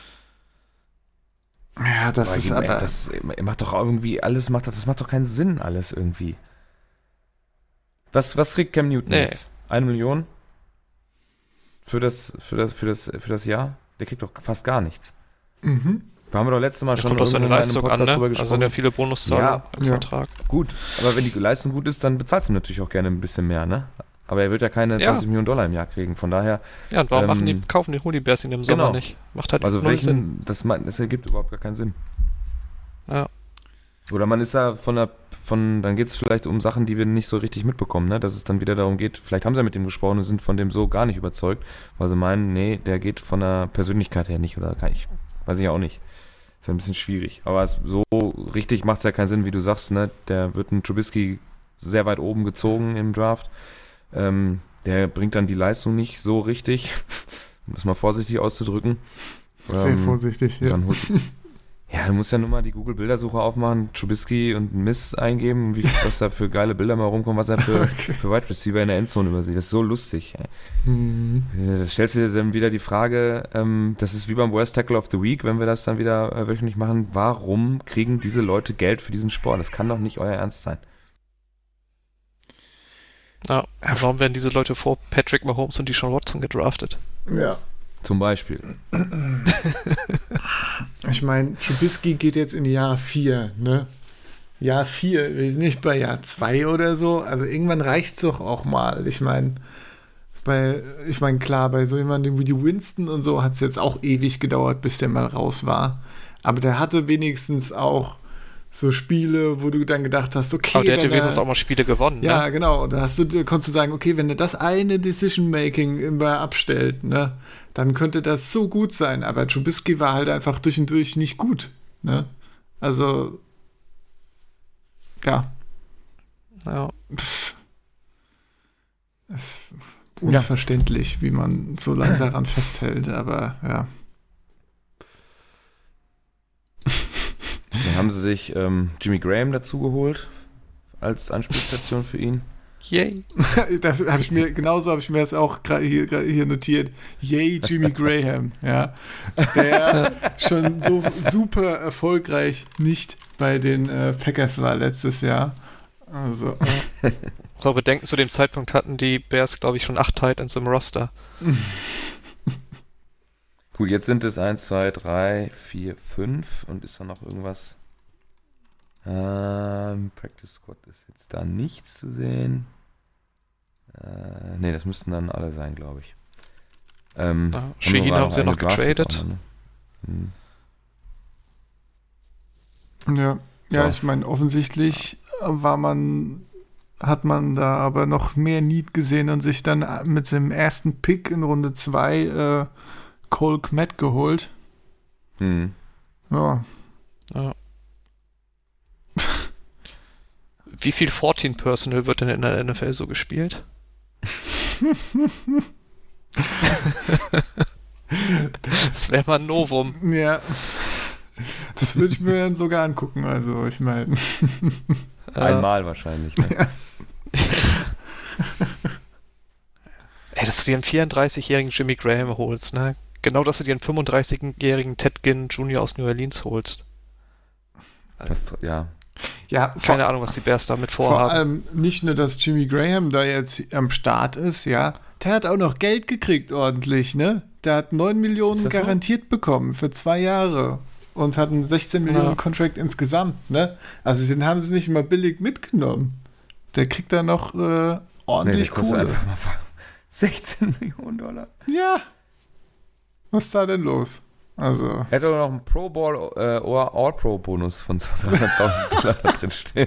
A: Ja, das
C: aber
A: ist
C: aber,
A: aber...
C: Das macht doch irgendwie alles, macht, das macht doch keinen Sinn, alles irgendwie. Was, was kriegt Cam Newton
B: nee.
C: jetzt? Eine Million? Für das, für das, für das, für das Jahr? Der kriegt doch fast gar nichts.
A: Mhm.
C: Da haben wir doch letztes Mal
B: Da
C: schon
B: kommt auch seine
C: irgendwann in einem
B: Leistung
C: Podcast
B: an,
C: drüber
B: ne?
C: gesprochen.
B: Also sind ja viele Bonuszahlen
C: Ja,
B: im
A: ja.
B: Vertrag.
C: Gut, aber wenn die Leistung gut ist, dann bezahlst du ihm natürlich auch gerne ein bisschen mehr, ne? Aber er wird ja keine
B: Ja.
C: zwanzig Millionen Dollar im Jahr kriegen, von daher,
B: Ja, und warum
C: Ähm,
B: machen die, kaufen die Holy Bears ihn im Sommer
C: genau.
B: nicht? Macht halt
C: also
B: null Sinn.
C: welchen, das, ma- das ergibt überhaupt gar keinen Sinn.
B: Ja.
C: Oder man ist da von der, von, dann geht es vielleicht um Sachen, die wir nicht so richtig mitbekommen, ne? Dass es dann wieder darum geht, vielleicht haben sie ja mit dem gesprochen und sind von dem so gar nicht überzeugt, weil sie meinen, nee, der geht von der Persönlichkeit her nicht, oder kann ich, weiß ich auch nicht. Ist ja ein bisschen schwierig. Aber es, so richtig macht es ja keinen Sinn, wie du sagst, ne? Der wird ein Trubisky sehr weit oben gezogen im Draft. Ähm, der bringt dann die Leistung nicht so richtig, um das mal vorsichtig auszudrücken.
A: Sehr
C: Ähm,
A: vorsichtig, ja.
C: Dann holt, ja, du musst ja nur mal die Google-Bildersuche aufmachen, Trubisky und Miss eingeben, wie, was da für geile Bilder mal rumkommen, was er für,
A: Okay.
C: für Wide Receiver in der Endzone übersieht. Das ist so lustig. Ey.
A: Hm.
C: Da stellst du dir dann wieder die Frage, ähm, das ist wie beim Worst Tackle of the Week, wenn wir das dann wieder äh, wöchentlich machen, warum kriegen diese Leute Geld für diesen Sport? Das kann doch nicht euer Ernst sein.
B: Ja. Warum werden diese Leute vor Patrick Mahomes und Deshaun Watson gedraftet?
A: Ja.
C: Zum Beispiel.
A: Ich meine, Trubisky geht jetzt in die Jahre vier, ne? Jahr vier, wir sind nicht bei Jahr zwei oder so. Also irgendwann reicht's doch auch mal. Ich meine, bei, ich meine, klar, bei so jemandem wie die Winston und so hat es jetzt auch ewig gedauert, bis der mal raus war. Aber der hatte wenigstens auch so Spiele, wo du dann gedacht hast, okay,
B: Aber der hat ja
A: wenn er-
B: wenigstens auch mal Spiele gewonnen,
A: ja,
B: ne?
A: genau. Da hast du, da konntest du sagen, okay, wenn er das eine Decision-Making immer abstellt, ne, dann könnte das so gut sein. Aber Trubisky war halt einfach durch und durch nicht gut, ne? Also, ja,
B: Ja.
A: pff. Es ist unverständlich, wie man so lange daran festhält, aber ja.
C: Dann haben sie sich ähm, Jimmy Graham dazu geholt als Anspielstation für ihn.
B: Yay.
A: Das habe ich mir, genauso habe ich mir das auch gerade hier, gra- hier notiert. Yay, Jimmy Graham, ja. Der schon so super erfolgreich nicht bei den äh, Packers war letztes Jahr. Also, äh,
B: So, bedenken, zu dem Zeitpunkt hatten die Bears, glaube ich, schon acht Titans im Roster.
C: Gut, jetzt sind es eins, zwei, drei, vier, fünf und ist da noch irgendwas? Ähm, Practice Squad ist jetzt da nichts zu sehen. Äh, ne, das müssten dann alle sein, glaube ich. Ähm,
B: Ja,
C: haben
B: Shaheen
C: wir
B: haben sie
C: eine
B: noch
C: gedraftet
B: getradet.
C: auch noch, ne? Hm.
A: ja, ja,
C: Ja.
A: ich meine, offensichtlich war man, hat man da aber noch mehr Need gesehen und sich dann mit seinem ersten Pick in Runde zwei äh, Cole Kmet geholt.
C: Hm.
A: Ja,
B: Ja. Wie viel vierzehn Personal wird denn in der N F L so gespielt? Das wäre mal ein Novum.
A: ja. Das würde ich mir dann sogar angucken, also ich meine.
B: Äh,
C: Einmal wahrscheinlich. Ne?
A: Ja.
B: Ey, dass du dir einen vierunddreißigjährigen Jimmy Graham holst, ne? Genau, dass du dir einen fünfunddreißigjährigen Ted Ginn Junior aus New Orleans holst.
C: Das, ja.
A: Ja, vor,
B: Keine Ahnung, was die Bears damit
A: vor
B: vorhaben.
A: allem nicht nur, dass Jimmy Graham da jetzt am Start ist, ja, der hat auch noch Geld gekriegt ordentlich, ne? Der hat neun Millionen
C: Ist das so?
A: garantiert bekommen für zwei Jahre und hat einen sechzehn Millionen
B: Ja.
A: Contract insgesamt, ne? Also den haben sie nicht mal billig mitgenommen. Der kriegt da noch äh,
C: Nee,
A: ordentlich
C: das kostet
A: Kohle.
C: einfach mal sechzehn Millionen Dollar.
A: Ja. Was ist da denn los? Also,
C: Er hat auch noch einen Pro Bowl äh, oder All-Pro-Bonus von dreihunderttausend Dollar da drin stehen.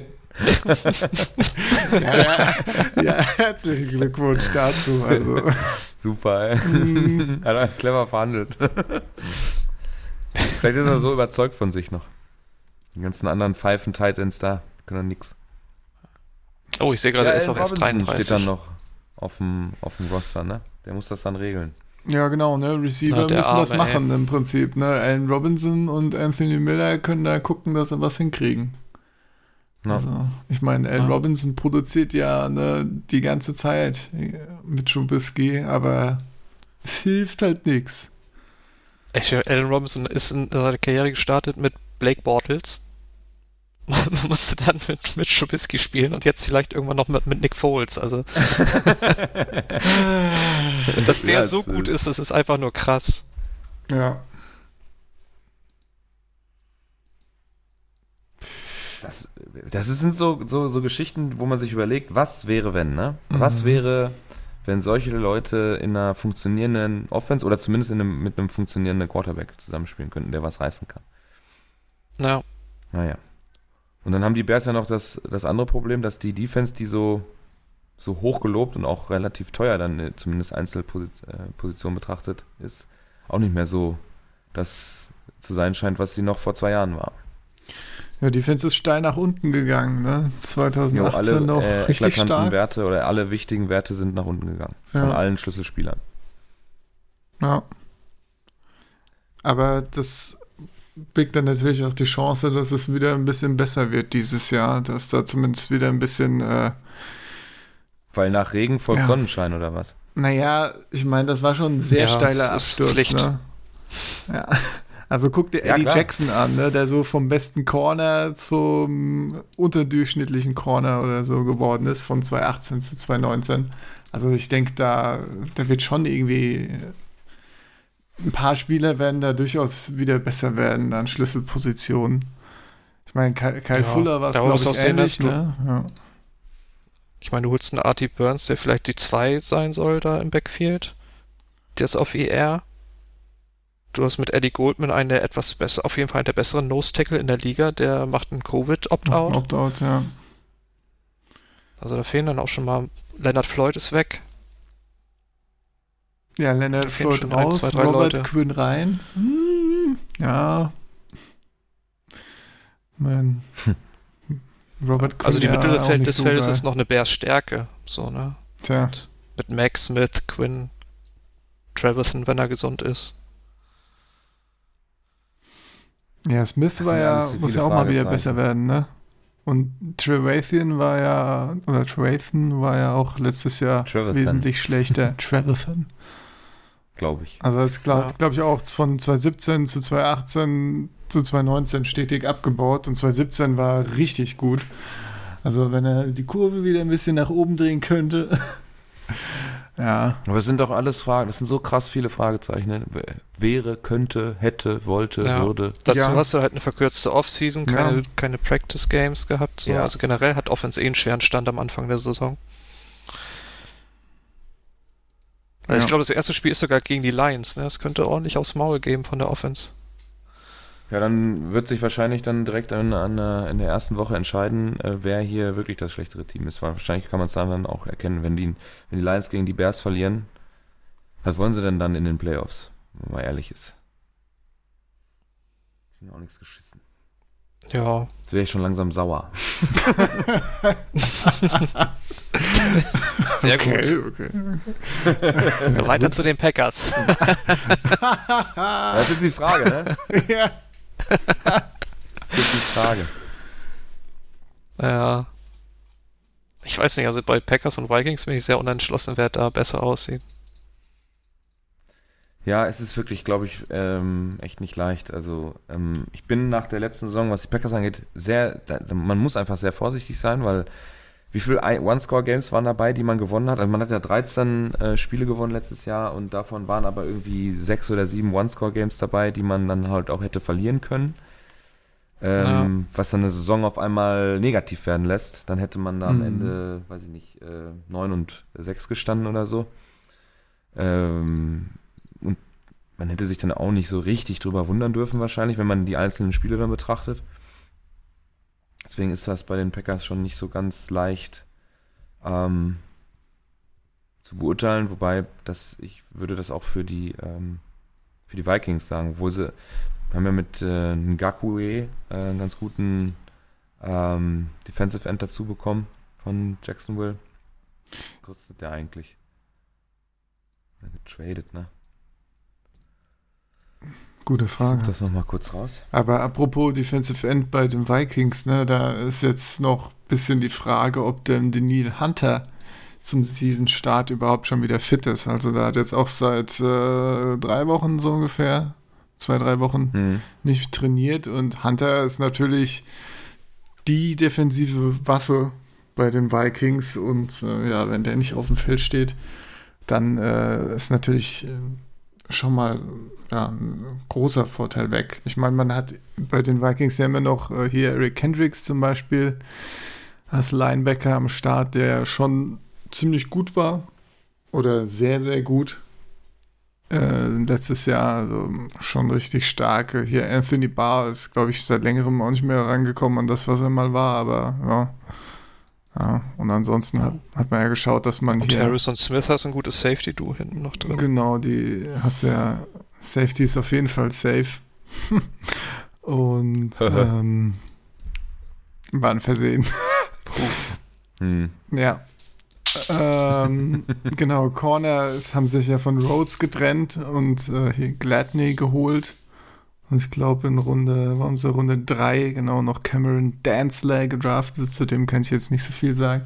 A: ja, ja, ja, herzlichen Glückwunsch dazu. Also,
C: Super, ey.
A: Mm.
C: Hat er clever verhandelt. Vielleicht ist er so überzeugt von sich noch. Die ganzen anderen Pfeifen Titans da können dann nix.
B: Oh, ich sehe gerade, er ist
C: Allen
B: auch erst
C: Robinson
B: dreiunddreißig.
C: steht dann noch auf dem, auf dem Roster, ne? Der muss das dann regeln.
A: ja, genau, ne? Receiver
B: Na, der
A: müssen das
B: Arme,
A: machen im Prinzip, ne? Allen Robinson und Anthony Miller können da gucken, dass sie was hinkriegen.
C: Ja.
A: Also, ich meine, Al
B: Ja.
A: Robinson produziert ja ne, die ganze Zeit mit Trubisky, aber es hilft halt nichts.
B: Echt, Allen Robinson ist in seine Karriere gestartet mit Blake Bortles. Musste dann mit, mit Trubisky spielen und jetzt vielleicht irgendwann noch mit, mit Nick Foles. Also, dass der
C: Ja,
B: so
C: es,
B: gut
C: äh,
B: ist, das ist einfach nur krass.
A: Ja.
C: Das, das sind so, so, so Geschichten, wo man sich überlegt, was wäre, wenn, ne?
A: Mhm.
C: Was wäre, wenn solche Leute in einer funktionierenden Offense oder zumindest in einem, mit einem funktionierenden Quarterback zusammenspielen könnten, der was reißen kann.
B: Ja,
C: Naja. Und dann haben die Bears ja noch das, das andere Problem, dass die Defense, die so, so hoch gelobt und auch relativ teuer dann äh, zumindest Einzelposition betrachtet ist, auch nicht mehr so das zu sein scheint, was sie noch vor zwei Jahren war.
A: Ja, die Defense ist steil nach unten gegangen, ne? zwanzig achtzehn
C: alle
A: noch
C: äh,
A: richtig
C: eklatanten
A: stark.
C: Werte oder alle wichtigen Werte sind nach unten gegangen. Von
A: Ja.
C: allen Schlüsselspielern.
A: Ja. Aber das birgt dann natürlich auch die Chance, dass es wieder ein bisschen besser wird dieses Jahr, dass da zumindest wieder ein bisschen, äh,
C: Weil nach Regen folgt
A: Ja.
C: Sonnenschein oder was?
A: naja, ich meine, das war schon ein sehr
B: Ja,
A: steiler
B: es ist
A: Absturz,
B: Pflicht.
A: ne? Ja. Also guck dir
C: Ja,
A: Eddie
C: klar.
A: Jackson an, ne, der so vom besten Corner zum unterdurchschnittlichen Corner oder so geworden ist, von zwanzig achtzehn zu zwanzig neunzehn. Also ich denke, da, da wird schon irgendwie ein paar Spieler werden da durchaus wieder besser werden an Schlüsselpositionen. Ich meine, Kyle, Kyle
B: Ja,
A: Fuller war es,
B: da
A: glaube
B: muss
A: ich,
B: auch sehen,
A: ähnlich,
B: dass du-
A: ne? Ja.
B: ich meine, du holst einen Artie Burns, der vielleicht die zwei sein soll da im Backfield. Der ist auf E R. Du hast mit Eddie Goldman einen der etwas besser, auf jeden Fall der besseren Nose-Tackle in der Liga, der macht einen Covid-Opt-out.
A: Opt-out, ja.
B: Also da fehlen dann auch schon mal, Leonard Floyd ist weg.
A: Ja, Leonard
B: Da fehlen
A: Floyd
B: schon ein,
A: raus,
B: zwei, drei
A: Robert
B: Leute.
A: Quinn rein. Hm, ja. Mein Robert Quinn
B: Also die
A: ja
B: Mitte
A: auch nicht
B: des
A: so
B: Feldes
A: geil.
B: ist noch eine Bears Stärke. So, ne?
A: Tja,
B: Mit Mac Smith, Quinn, Trevathan, wenn er gesund ist.
A: ja, Smith
C: Das
A: war
C: sind
A: ja,
C: alles zu
A: muss
C: viele
A: ja auch mal wieder
C: Fragezeichen.
A: besser werden, ne? Und Trevathan war ja, oder Trevathan war ja auch letztes Jahr
C: Trevathan.
A: wesentlich schlechter. Trevathan.
C: Glaube ich.
A: Also das glaube
B: Ja.
A: glaub ich auch von zwanzig siebzehn zu zwanzig achtzehn zu zwanzig neunzehn stetig abgebaut und zwanzig siebzehn war richtig gut. Also wenn er die Kurve wieder ein bisschen nach oben drehen könnte. Ja,
C: Aber es sind doch alles Fragen, das sind so krass viele Fragezeichen. Ne? W- Wäre, könnte, hätte, wollte,
B: Ja.
C: würde.
B: Dazu
A: Ja.
B: hast du halt eine verkürzte Offseason, keine,
A: Ja.
B: keine Practice Games gehabt. So.
C: Ja.
B: Also generell hat Offense eh einen schweren Stand am Anfang der Saison. Weil
A: Ja.
B: ich glaube, das erste Spiel ist sogar gegen die Lions. Ne? Das könnte ordentlich aufs Maul geben von der Offense.
C: Ja, dann wird sich wahrscheinlich dann direkt an, an, äh, in der ersten Woche entscheiden, äh, wer hier wirklich das schlechtere Team ist. Weil wahrscheinlich kann man es dann auch erkennen, wenn die, wenn die Lions gegen die Bears verlieren. Was wollen sie denn dann in den Playoffs, wenn man ehrlich ist? Ich auch nichts geschissen.
B: Ja,
C: Jetzt wäre ich schon langsam sauer.
B: sehr
A: okay,
B: gut.
A: okay.
B: Ja, weiter zu den Packers.
C: Das ist jetzt die Frage, ne?
A: Ja.
C: Das ist die Frage.
B: Ja. Ich weiß nicht, also bei Packers und Vikings bin ich sehr unentschlossen, wer da besser aussieht.
C: Ja, es ist wirklich, glaube ich, ähm, echt nicht leicht. Also ähm, ich bin nach der letzten Saison, was die Packers angeht, sehr, da, man muss einfach sehr vorsichtig sein, weil wie viele One-Score-Games waren dabei, die man gewonnen hat? Also man hat ja dreizehn äh, Spiele gewonnen letztes Jahr und davon waren aber irgendwie sechs oder sieben One-Score-Games dabei, die man dann halt auch hätte verlieren können. Ähm, was dann eine Saison auf einmal negativ werden lässt. Dann hätte man da am
A: Mhm.
C: Ende, weiß ich nicht, äh, neun und sechs gestanden oder so. Ähm, und man hätte sich dann auch nicht so richtig drüber wundern dürfen wahrscheinlich, wenn man die einzelnen Spiele dann betrachtet. Deswegen ist das bei den Packers schon nicht so ganz leicht ähm, zu beurteilen, wobei das, ich würde das auch für die ähm, für die Vikings sagen, obwohl sie haben ja mit äh, Ngakoué äh, einen ganz guten ähm, Defensive End dazu bekommen von Jacksonville. Was kostet der eigentlich? Ja, getradet, ne?
A: Gute
C: Ich
A: Frage.
C: such das nochmal kurz raus.
A: Aber apropos Defensive End bei den Vikings, ne, da ist jetzt noch ein bisschen die Frage, ob denn Danielle Hunter zum Season-Start überhaupt schon wieder fit ist. Also da hat jetzt auch seit äh, drei Wochen so ungefähr, zwei, drei Wochen
C: Hm.
A: nicht trainiert. Und Hunter ist natürlich die defensive Waffe bei den Vikings. Und äh, ja, wenn der nicht auf dem Feld steht, dann äh, ist natürlich äh, schon mal ja, ein großer Vorteil weg. Ich meine, man hat bei den Vikings ja immer noch äh, hier Eric Kendricks zum Beispiel als Linebacker am Start, der schon ziemlich gut war oder sehr, sehr gut äh, letztes Jahr, also schon richtig stark. Hier Anthony Barr ist, glaube ich, seit längerem auch nicht mehr rangekommen an das, was er mal war, aber ja. Ja, und ansonsten hat, hat man ja geschaut, dass man
B: Und
A: hier...
B: Harrison Smith hast ein gutes Safety-Duo hinten noch drin.
A: Genau, die hast ja Safety ist auf jeden Fall safe. Und ähm, war ein Versehen.
C: Hm.
A: Ja. ähm, genau, Corner es haben sich ja von Rhodes getrennt und äh, hier Gladney geholt. Und ich glaube in Runde, warum sie Runde drei genau noch Cameron Dantzler gedraftet. Zu dem kann ich jetzt nicht so viel sagen.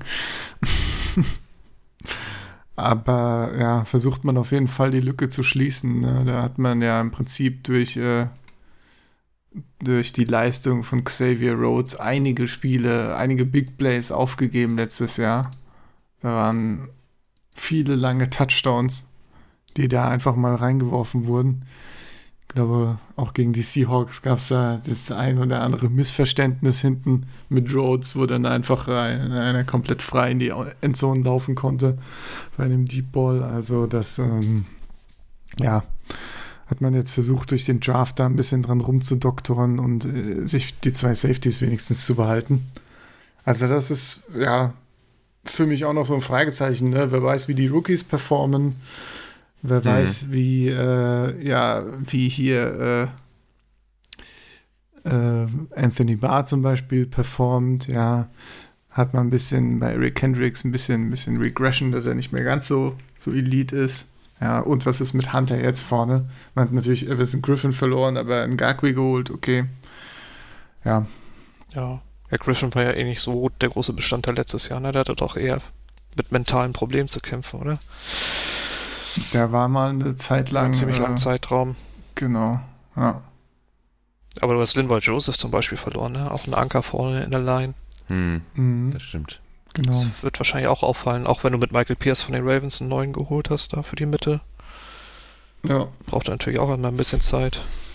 A: Aber ja, versucht man auf jeden Fall die Lücke zu schließen. Ne? Da hat man ja im Prinzip durch, äh, durch die Leistung von Xavier Rhodes einige Spiele, einige Big Plays aufgegeben letztes Jahr. Da waren viele lange Touchdowns, die da einfach mal reingeworfen wurden. Ich glaube, auch gegen die Seahawks gab es da das ein oder andere Missverständnis hinten mit Rhodes, wo dann einfach rein, einer komplett frei in die Endzone laufen konnte bei einem Deep Ball. Also das, ähm, ja, hat man jetzt versucht, durch den Draft da ein bisschen dran rumzudoktoren und äh, sich die zwei Safeties wenigstens zu behalten. Also das ist, ja, für mich auch noch so ein Fragezeichen. Ne? Wer weiß, wie die Rookies performen. Wer weiß, mhm. wie, äh, ja, wie hier äh, äh, Anthony Barr zum Beispiel performt, ja, hat man ein bisschen bei Eric Kendricks ein bisschen, ein bisschen Regression, dass er nicht mehr ganz so, so Elite ist. Ja, und was ist mit Hunter jetzt vorne? Man hat natürlich Everson Griffin verloren, aber Ngakoue geholt, okay. Ja.
B: Ja, ja, Griffin war ja eh nicht so der große Bestandteil letztes Jahr, ne? Der hatte doch eher mit mentalen Problemen zu kämpfen, oder?
A: Der war mal eine Zeit lang.
B: Ein ziemlich
A: äh,
B: langen Zeitraum.
A: Genau, ja.
B: Aber du hast Linval Joseph zum Beispiel verloren, ne? Auch ein Anker vorne in der Line.
C: Hm,
A: Mhm.
C: das stimmt.
A: Genau.
B: Das wird wahrscheinlich auch auffallen, auch wenn du mit Michael Pierce von den Ravens einen neuen geholt hast, da für die Mitte.
A: Ja.
B: Braucht er natürlich auch immer ein bisschen Zeit.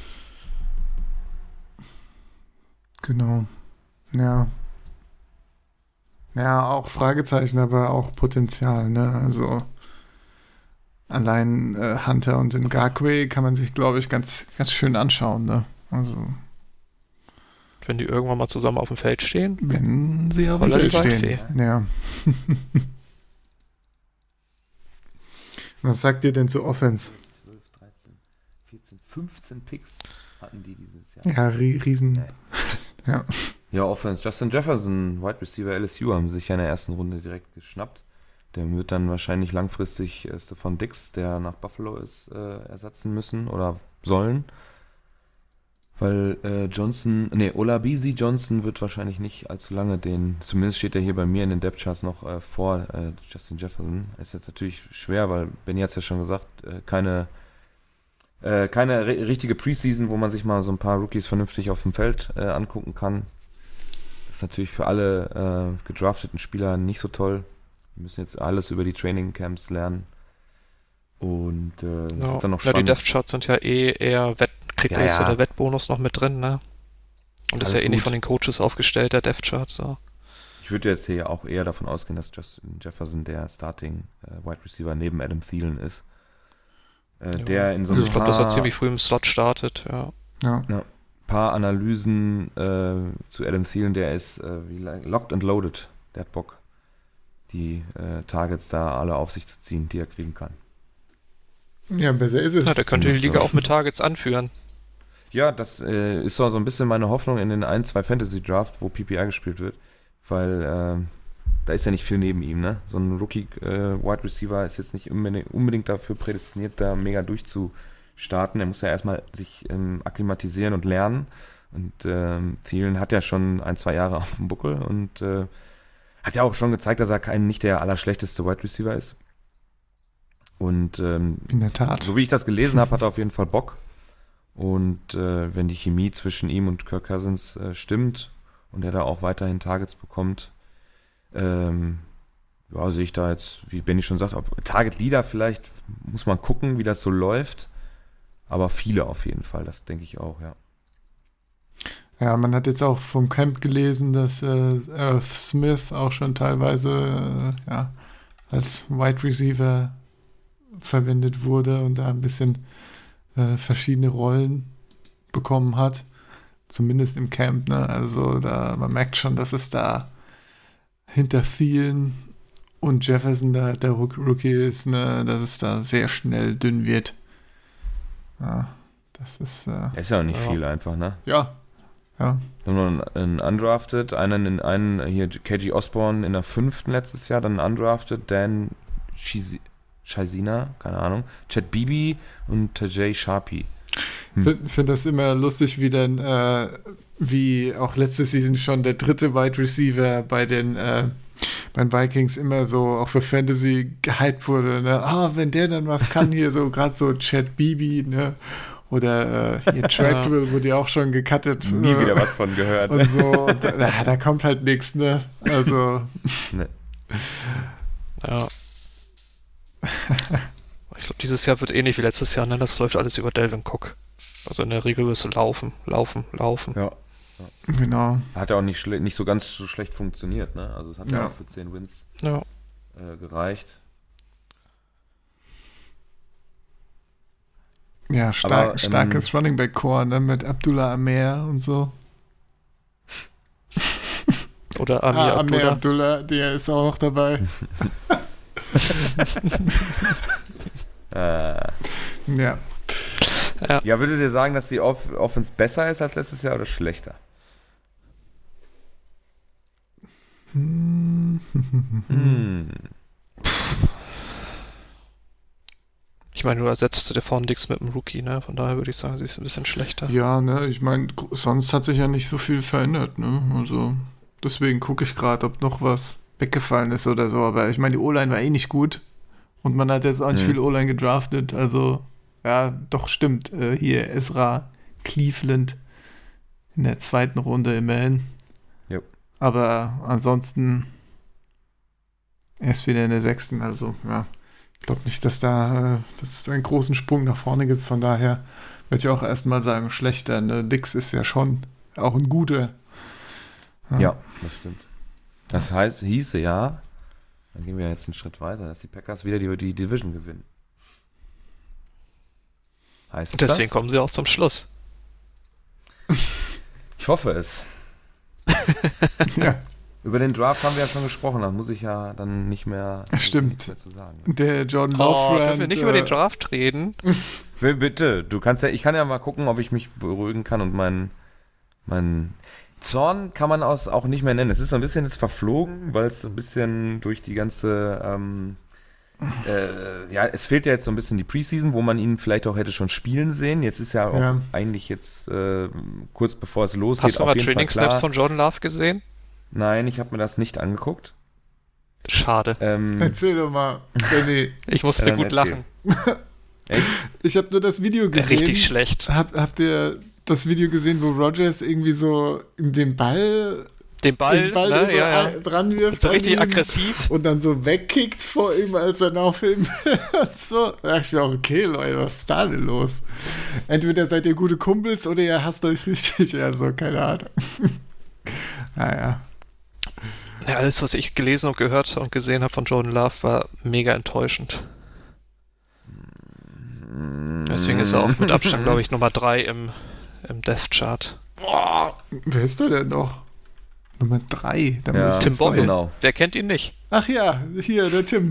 A: Genau. Ja. Ja, auch Fragezeichen, aber auch Potenzial, ne? Also allein äh, Hunter und Ngakoue kann man sich, glaube ich, ganz, ganz schön anschauen, ne? Also
B: wenn die irgendwann mal zusammen auf dem Feld stehen.
A: Wenn sie auf dem Feld stehen.
B: Fee.
A: Ja. Was sagt ihr denn zur Offense?
C: zwölf, dreizehn, vierzehn, fünfzehn Picks hatten die dieses Jahr.
A: Ja, ri- riesen.
C: Nee.
A: Ja.
C: Ja, Offense. Justin Jefferson, Wide Receiver L S U, haben sich ja in der ersten Runde direkt geschnappt. Der wird dann wahrscheinlich langfristig äh, Stephon Diggs, der nach Buffalo ist, äh, ersetzen müssen oder sollen. Weil äh, Johnson, nee, Olabisi Johnson wird wahrscheinlich nicht allzu lange den, zumindest steht er hier bei mir in den Depth Charts noch äh, vor äh, Justin Jefferson. Ist jetzt natürlich schwer, weil Benny hat es ja schon gesagt, äh, keine äh, keine ri- richtige Preseason, wo man sich mal so ein paar Rookies vernünftig auf dem Feld äh, angucken kann. Das ist natürlich für alle äh, gedrafteten Spieler nicht so toll. Wir müssen jetzt alles über die Training Camps lernen. Und äh, das
B: Ja.
C: wird dann noch
B: Ja,
C: spannend.
B: die Death Charts sind ja eh eher Wett, kriegt
C: Ja,
B: ja, ist ja
C: ja.
B: der Wettbonus noch mit drin, ne? Und ist
C: Alles
B: ja eh nicht
C: gut.
B: von den Coaches aufgestellt, der Death Chart, so.
C: Ich würde jetzt hier auch eher davon ausgehen, dass Justin Jefferson der Starting äh, Wide Receiver neben Adam Thielen ist. Äh,
B: Ja.
C: Der in so ein
B: Ich glaube,
C: paar,
B: dass er ziemlich früh im Slot startet, ja.
A: Ja.
C: paar Analysen äh, zu Adam Thielen, der ist äh, wie lang- locked and loaded. Der hat Bock, die äh, Targets da alle auf sich zu ziehen, die er kriegen kann.
A: Ja, besser ist es.
B: Ja, der könnte die
C: zumindest
B: Liga
C: so.
B: auch mit Targets anführen.
C: Ja, das äh, ist so, so ein bisschen meine Hoffnung in den ein, zwei Fantasy-Draft, wo P P R gespielt wird, weil ähm, da ist ja nicht viel neben ihm, ne? So ein Rookie-Wide-Receiver ist jetzt nicht unbedingt, unbedingt dafür prädestiniert, da mega durchzustarten starten. Er muss ja erstmal sich ähm, akklimatisieren und lernen. Und ähm, Thielen hat ja schon ein, zwei Jahre auf dem Buckel und äh, hat ja auch schon gezeigt, dass er kein, nicht der allerschlechteste Wide Receiver ist. Und ähm,
A: in der Tat.
C: So wie ich das gelesen habe, hat er auf jeden Fall Bock. Und äh, wenn die Chemie zwischen ihm und Kirk Cousins äh, stimmt und er da auch weiterhin Targets bekommt, ähm, ja, sehe ich da jetzt, wie Benny schon sagt, ob Target Leader vielleicht, muss man gucken, wie das so läuft. Aber viele auf jeden Fall, das denke ich auch, ja.
A: Ja, man hat jetzt auch vom Camp gelesen, dass äh, Irv Smith auch schon teilweise äh, ja, als Wide Receiver verwendet wurde und da ein bisschen äh, verschiedene Rollen bekommen hat. Zumindest im Camp, ne? Also da, man merkt schon, dass es da hinter Thielen und Jefferson da der Rookie ist, ne? Dass es da sehr schnell dünn wird. Ja, das ist... Äh,
C: ist ja auch nicht
B: ja.
C: viel einfach, ne?
A: Ja, ja.
C: Dann noch einen Undrafted, einen in einen, hier K G Osborne in der fünften letztes Jahr, dann Undrafted, Dan Shaizina, keine Ahnung, Chad Beebe und Tajay Sharpie.
A: Ich hm. finde das immer lustig, wie dann, äh, wie auch letzte Season schon der dritte Wide Receiver bei den, äh, bei den Vikings immer so auch für Fantasy gehypt wurde. Ne? Ah, wenn der dann was kann hier, so gerade so Chad Beebe, ne? Oder äh, hier Tractable wurde ja auch schon gecuttet.
C: Nie
A: äh,
C: wieder was von gehört.
A: Und so, und da, da kommt halt nichts, ne? Also.
C: Ne.
B: Ja. Ich glaube, dieses Jahr wird ähnlich wie letztes Jahr, ne? Das läuft alles über Delvin Cook. Also in der Regel wirst du laufen, laufen, laufen.
C: Ja. ja.
A: Genau.
C: Hat ja auch nicht, schle- nicht so ganz so schlecht funktioniert, ne? Also es hat ja
A: Ja.
C: auch für zehn Wins
B: Ja.
C: äh, gereicht.
A: Ja, stark,
C: Aber, ähm,
A: starkes Running Back Core, ne? Mit Abdullah Amer und so.
B: Oder Amir
A: ah, Amer
B: Abdullah.
A: Abdullah, der ist auch noch dabei.
C: äh,
A: Ja.
B: Ja.
C: ja, würdet ihr sagen, dass die Off- Offense besser ist als letztes Jahr oder schlechter?
A: Hm.
C: Hm.
B: Ich meine, du ersetzt dir vorne nichts mit dem Rookie, ne? Von daher würde ich sagen, sie ist ein bisschen schlechter.
A: Ja, ne, ich meine, gr- sonst hat sich ja nicht so viel verändert, ne? Also, deswegen gucke ich gerade, ob noch was weggefallen ist oder so. Aber ich meine, die O-Line war eh nicht gut. Und man hat jetzt auch nicht
C: Mhm.
A: viel O-Line gedraftet. Also, ja, doch stimmt. Äh, hier Ezra Cleveland in der zweiten Runde immerhin.
C: Jo.
A: Aber ansonsten erst wieder in der sechsten. Also, ja. Ich glaube nicht, dass da äh, dass es einen großen Sprung nach vorne gibt. Von daher würde ich auch erstmal sagen, schlechter. Ne? Dix ist ja schon auch ein guter.
C: Ja, das stimmt. Das heißt, hieße ja, dann gehen wir jetzt einen Schritt weiter, dass die Packers wieder die, die Division gewinnen. Heißt es
B: Deswegen
C: das?
B: kommen sie auch zum Schluss.
C: Ich hoffe es.
A: Ja,
C: Über den Draft haben wir ja schon gesprochen, da muss ich ja dann nicht mehr,
A: Ja, stimmt.
C: nichts mehr zu sagen.
A: der Jordan
B: Oh,
A: Love
B: dürfen wir nicht über den Draft reden?
C: Will, bitte, du kannst ja, ich kann ja mal gucken, ob ich mich beruhigen kann und meinen mein Zorn kann man aus, auch nicht mehr nennen. Es ist so ein bisschen jetzt verflogen, weil es so ein bisschen durch die ganze, ähm, äh, ja, es fehlt ja jetzt so ein bisschen die Preseason, wo man ihn vielleicht auch hätte schon spielen sehen. Jetzt ist ja auch
A: Ja.
C: eigentlich jetzt äh, kurz bevor es losgeht
B: Hast du
C: auf
B: mal
C: jeden Fall
B: Training Snaps
C: klar.
B: von Jordan Love gesehen?
C: Nein, ich habe mir das nicht angeguckt.
B: Schade.
C: Ähm,
A: Erzähl doch mal, Benny.
B: Ich musste
C: Ja, dann
B: gut
C: erzähl.
B: lachen.
C: echt?
A: Ich habe nur das Video gesehen.
B: Richtig schlecht.
A: Hab, habt ihr das Video gesehen, wo Rogers irgendwie so den Ball,
B: Den Ball,
A: den Ball
B: ne?
A: so
B: Ja, ja.
A: ein- dran wirft
B: So
A: an
B: richtig
A: ihn
B: aggressiv.
A: und dann so wegkickt vor ihm, als er auf ihm und so. Da dachte ich mir auch, okay, Leute, was ist da denn los? Entweder seid ihr gute Kumpels oder ihr hasst euch richtig. Also, keine Ahnung. Naja.
B: Ja, alles, was ich gelesen und gehört und gesehen habe von Jordan Love, war mega enttäuschend. Deswegen ist er auch mit Abstand, glaube ich, Nummer drei im, im Death Chart.
A: Boah, wer ist da denn noch? Nummer drei. Da
C: Ja,
A: muss ich
B: Tim
A: jetzt
B: Boyle.
A: sagen.
C: genau.
B: Wer kennt ihn nicht?
A: Ach ja, hier, der Tim.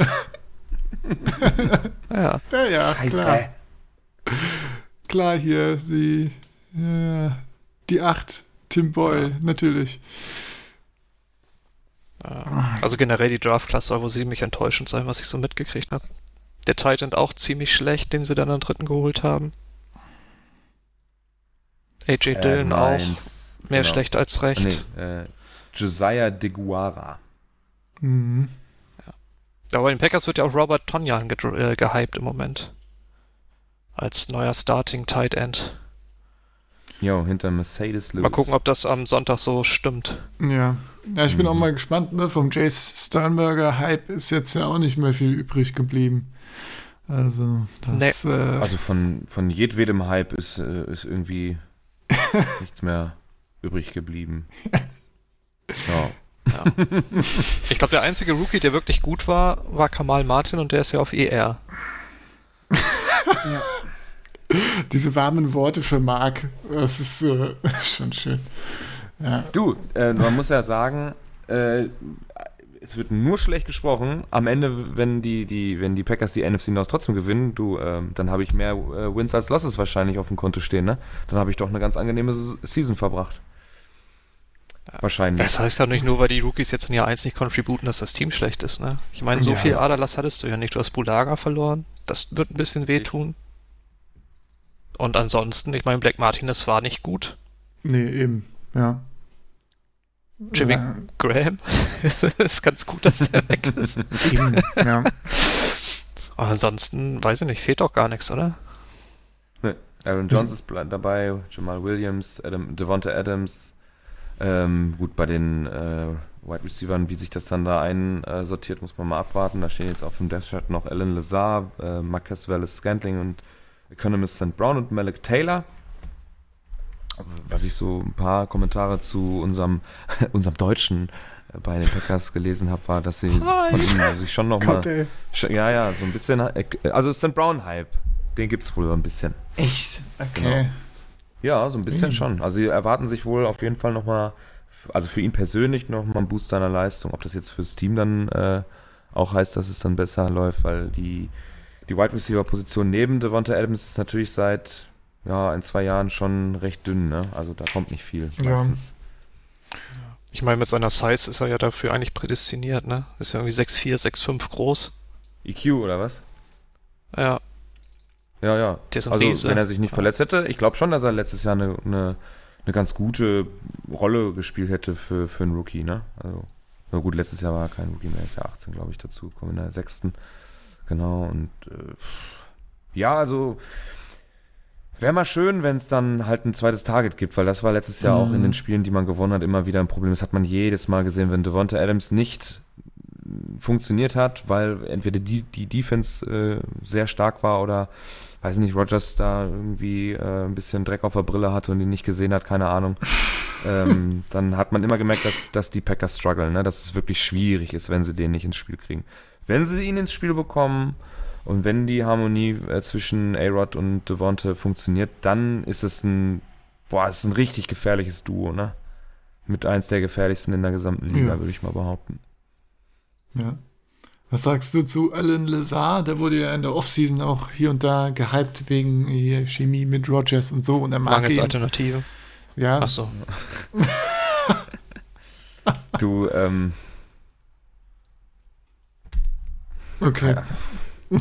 B: Ja.
A: Ja, ja,
C: Scheiße.
A: klar. Klar, hier, die, ja, die acht. Tim Boyle, natürlich.
B: Also generell die Draft-Klasse soll wohl ziemlich enttäuschend sein, was ich so mitgekriegt habe. Der Tight End auch ziemlich schlecht, den sie dann am dritten geholt haben. A J
C: Äh,
B: Dillon
C: du
B: auch
C: meinst,
B: mehr
C: genau.
B: schlecht als recht.
C: Nee, äh, Josiah DeGuara.
A: Mhm.
B: Aber bei den Packers wird ja auch Robert Tonyan gedr- äh, gehypt im Moment. Als neuer Starting Tight End.
C: Jo, hinter Mercedes Lewis.
B: Mal gucken, ob das am Sonntag so stimmt.
A: Ja. Ja, ich bin
C: Mhm.
A: auch mal gespannt, ne? Vom Jace Sternberger-Hype ist jetzt ja auch nicht mehr viel übrig geblieben. Also, das.
B: Nee.
A: Äh,
C: Also von, von jedwedem Hype ist, äh, ist irgendwie nichts mehr übrig geblieben. Ja.
B: Ja. Ich glaube, der einzige Rookie, der wirklich gut war, war Kamal Martin und der ist ja auf E R.
A: ja. Diese warmen Worte für Marc, das ist äh, schon schön. Ja.
C: Du, äh, man muss ja sagen, äh, es wird nur schlecht gesprochen. Am Ende, wenn die, die, wenn die Packers die N F C North trotzdem gewinnen, du, äh, dann habe ich mehr äh, Wins als Losses wahrscheinlich auf dem Konto stehen, ne? Dann habe ich doch eine ganz angenehme S- Season verbracht. Ja. Wahrscheinlich.
B: Das heißt ja nicht nur, weil die Rookies jetzt in Jahr eins nicht contributen, dass das Team schlecht ist, ne? Ich meine, so
A: Ja.
B: viel Aderlass hattest du ja nicht. Du hast Bulaga verloren. Das wird ein bisschen wehtun. Und ansonsten, ich meine, Black Martin, das war nicht gut.
A: Nee, eben, ja.
B: Jimmy
A: ja.
B: Graham, ist ganz gut, dass der weg ist.
A: Eben, ja.
B: Aber ansonsten, weiß ich nicht, fehlt doch gar nichts, oder?
C: Ne, Aaron Jones ist bl- dabei, Jamal Williams, Adam, Devonta Adams. Ähm, gut, bei den äh, Wide Receivers, wie sich das dann da einsortiert, muss man mal abwarten. Da stehen jetzt auf dem Depth Chart noch Alan Lazar, äh, Marquez Valles-Scantling und Economist Saint Brown und Malik Taylor. Was ich so ein paar Kommentare zu unserem, unserem Deutschen bei den Packers gelesen habe, war, dass sie
A: Hi.
C: von ihm sich schon nochmal.
A: Gott, ey.
C: Ja, ja, so ein bisschen. Also Saint Brown-Hype, den gibt es wohl ein bisschen.
A: Echt? Okay.
C: Genau. Ja, so ein bisschen
A: Mhm.
C: schon. Also sie erwarten sich wohl auf jeden Fall nochmal, also für ihn persönlich nochmal einen Boost seiner Leistung. Ob das jetzt fürs Team dann äh, auch heißt, dass es dann besser läuft, weil die, die Wide Receiver-Position neben Devonta Adams ist natürlich seit ja, in zwei Jahren schon recht dünn, ne? Also da kommt nicht viel
A: Ja.
C: meistens.
B: Ich meine, mit seiner Size ist er ja dafür eigentlich prädestiniert, ne? Ist ja irgendwie sechs vier, sechs fünf groß.
C: E Q oder was?
B: Ja,
C: Ja, ja.
B: der ist ein
C: Also
B: Riese.
C: wenn er sich nicht
B: Ja.
C: verletzt hätte, ich glaube schon, dass er letztes Jahr eine, eine, eine ganz gute Rolle gespielt hätte für, für einen Rookie, ne? Also, na gut, letztes Jahr war er kein Rookie mehr, ist ja achtzehn, glaube ich, dazu gekommen, in der sechsten. Genau, und äh, ja, also wäre mal schön, wenn es dann halt ein zweites Target gibt, weil das war letztes Jahr
A: Mhm.
C: auch in den Spielen, die man gewonnen hat, immer wieder ein Problem. Das hat man jedes Mal gesehen, wenn Devonta Adams nicht funktioniert hat, weil entweder die, die Defense äh, sehr stark war oder, weiß nicht, Rodgers da irgendwie äh, ein bisschen Dreck auf der Brille hatte und ihn nicht gesehen hat, keine Ahnung. ähm, dann hat man immer gemerkt, dass, dass die Packers strugglen, ne? Dass es wirklich schwierig ist, wenn sie den nicht ins Spiel kriegen. Wenn sie ihn ins Spiel bekommen und wenn die Harmonie äh, zwischen A-Rod und Devonta funktioniert, dann ist es ein, boah, es ist ein richtig gefährliches Duo, ne? Mit eins der gefährlichsten in der gesamten Liga,
A: Ja.
C: würde ich mal behaupten.
A: Ja. Was sagst du zu Alan Lazar? Der wurde ja in der Offseason auch hier und da gehypt wegen hier Chemie mit Rodgers und so. Und er mag
B: Mangels
A: ihn.
B: Alternative.
A: Ja,
B: Achso.
C: Du, ähm,
A: okay.
C: Ja.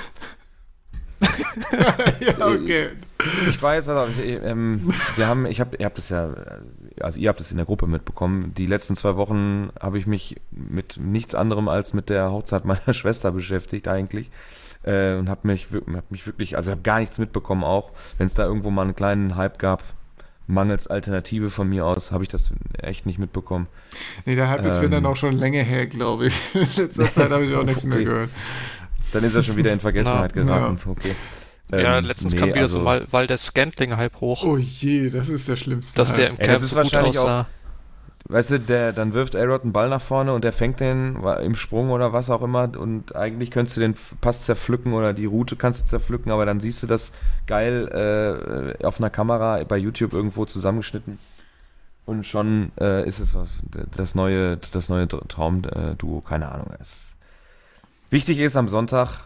A: ja, okay.
C: ich weiß, pass auf, ich, ähm, wir haben, ich habe, ihr habt es ja, also ihr habt es in der Gruppe mitbekommen. Die letzten zwei Wochen habe ich mich mit nichts anderem als mit der Hochzeit meiner Schwester beschäftigt eigentlich äh, und habe mich, hab mich wirklich, also habe gar nichts mitbekommen auch, wenn es da irgendwo mal einen kleinen Hype gab, mangels Alternative von mir aus, habe ich das echt nicht mitbekommen.
A: Nee, der Hype ist
C: Ähm.
A: mir dann auch schon länger her, glaube ich. In letzter Zeit habe ich auch nichts mehr
C: Okay.
A: gehört.
C: Dann ist er schon wieder in Vergessenheit
A: Na,
C: geraten. Okay.
B: Ja,
C: Ähm,
B: letztens
C: nee,
B: kam wieder
C: also-
B: so mal, weil der Scantling-Hype hoch,
A: Oh je, das ist der schlimmste.
B: dass der
A: Hype.
B: im
C: Ey,
B: Camp
C: das ist
B: so gut
C: wahrscheinlich auch-
B: aussah.
C: Weißt du, der, dann wirft A-Rod einen Ball nach vorne und der fängt den im Sprung oder was auch immer und eigentlich könntest du den Pass zerpflücken oder die Route kannst du zerpflücken, aber dann siehst du das geil äh, auf einer Kamera bei YouTube irgendwo zusammengeschnitten und schon äh, ist es was, das neue, das neue Traumduo, keine Ahnung. Es wichtig ist am Sonntag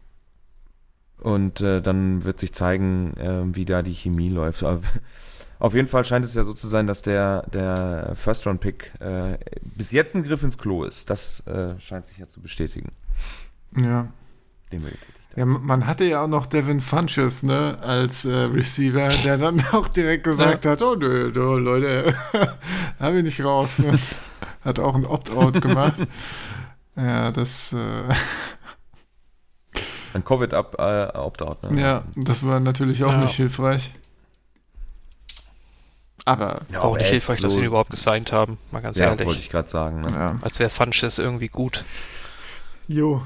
C: und äh, dann wird sich zeigen, äh, wie da die Chemie läuft. Aber auf jeden Fall scheint es ja so zu sein, dass der, der First-Round-Pick äh, bis jetzt ein Griff ins Klo ist. Das äh, scheint sich ja zu bestätigen,
A: Ja.
C: den wir getätigt
A: Ja, man hatte ja auch noch Devin Funchess, ne, als äh, Receiver, der dann auch direkt gesagt ja. hat, oh nö, nö Leute, hab ich nicht raus. Und hat auch ein Opt-out gemacht. Ja, das äh
C: ein Covid-Opt-out, ne?
A: Ja, das war natürlich auch ja. nicht hilfreich. Aber
B: ja, auch nicht hilfreich, so dass sie ihn überhaupt gesigned haben, mal ganz
C: ja,
B: ehrlich.
C: wollte ich gerade sagen. Ne?
A: Ja.
B: Als wäre es Funchess irgendwie gut.
A: Jo.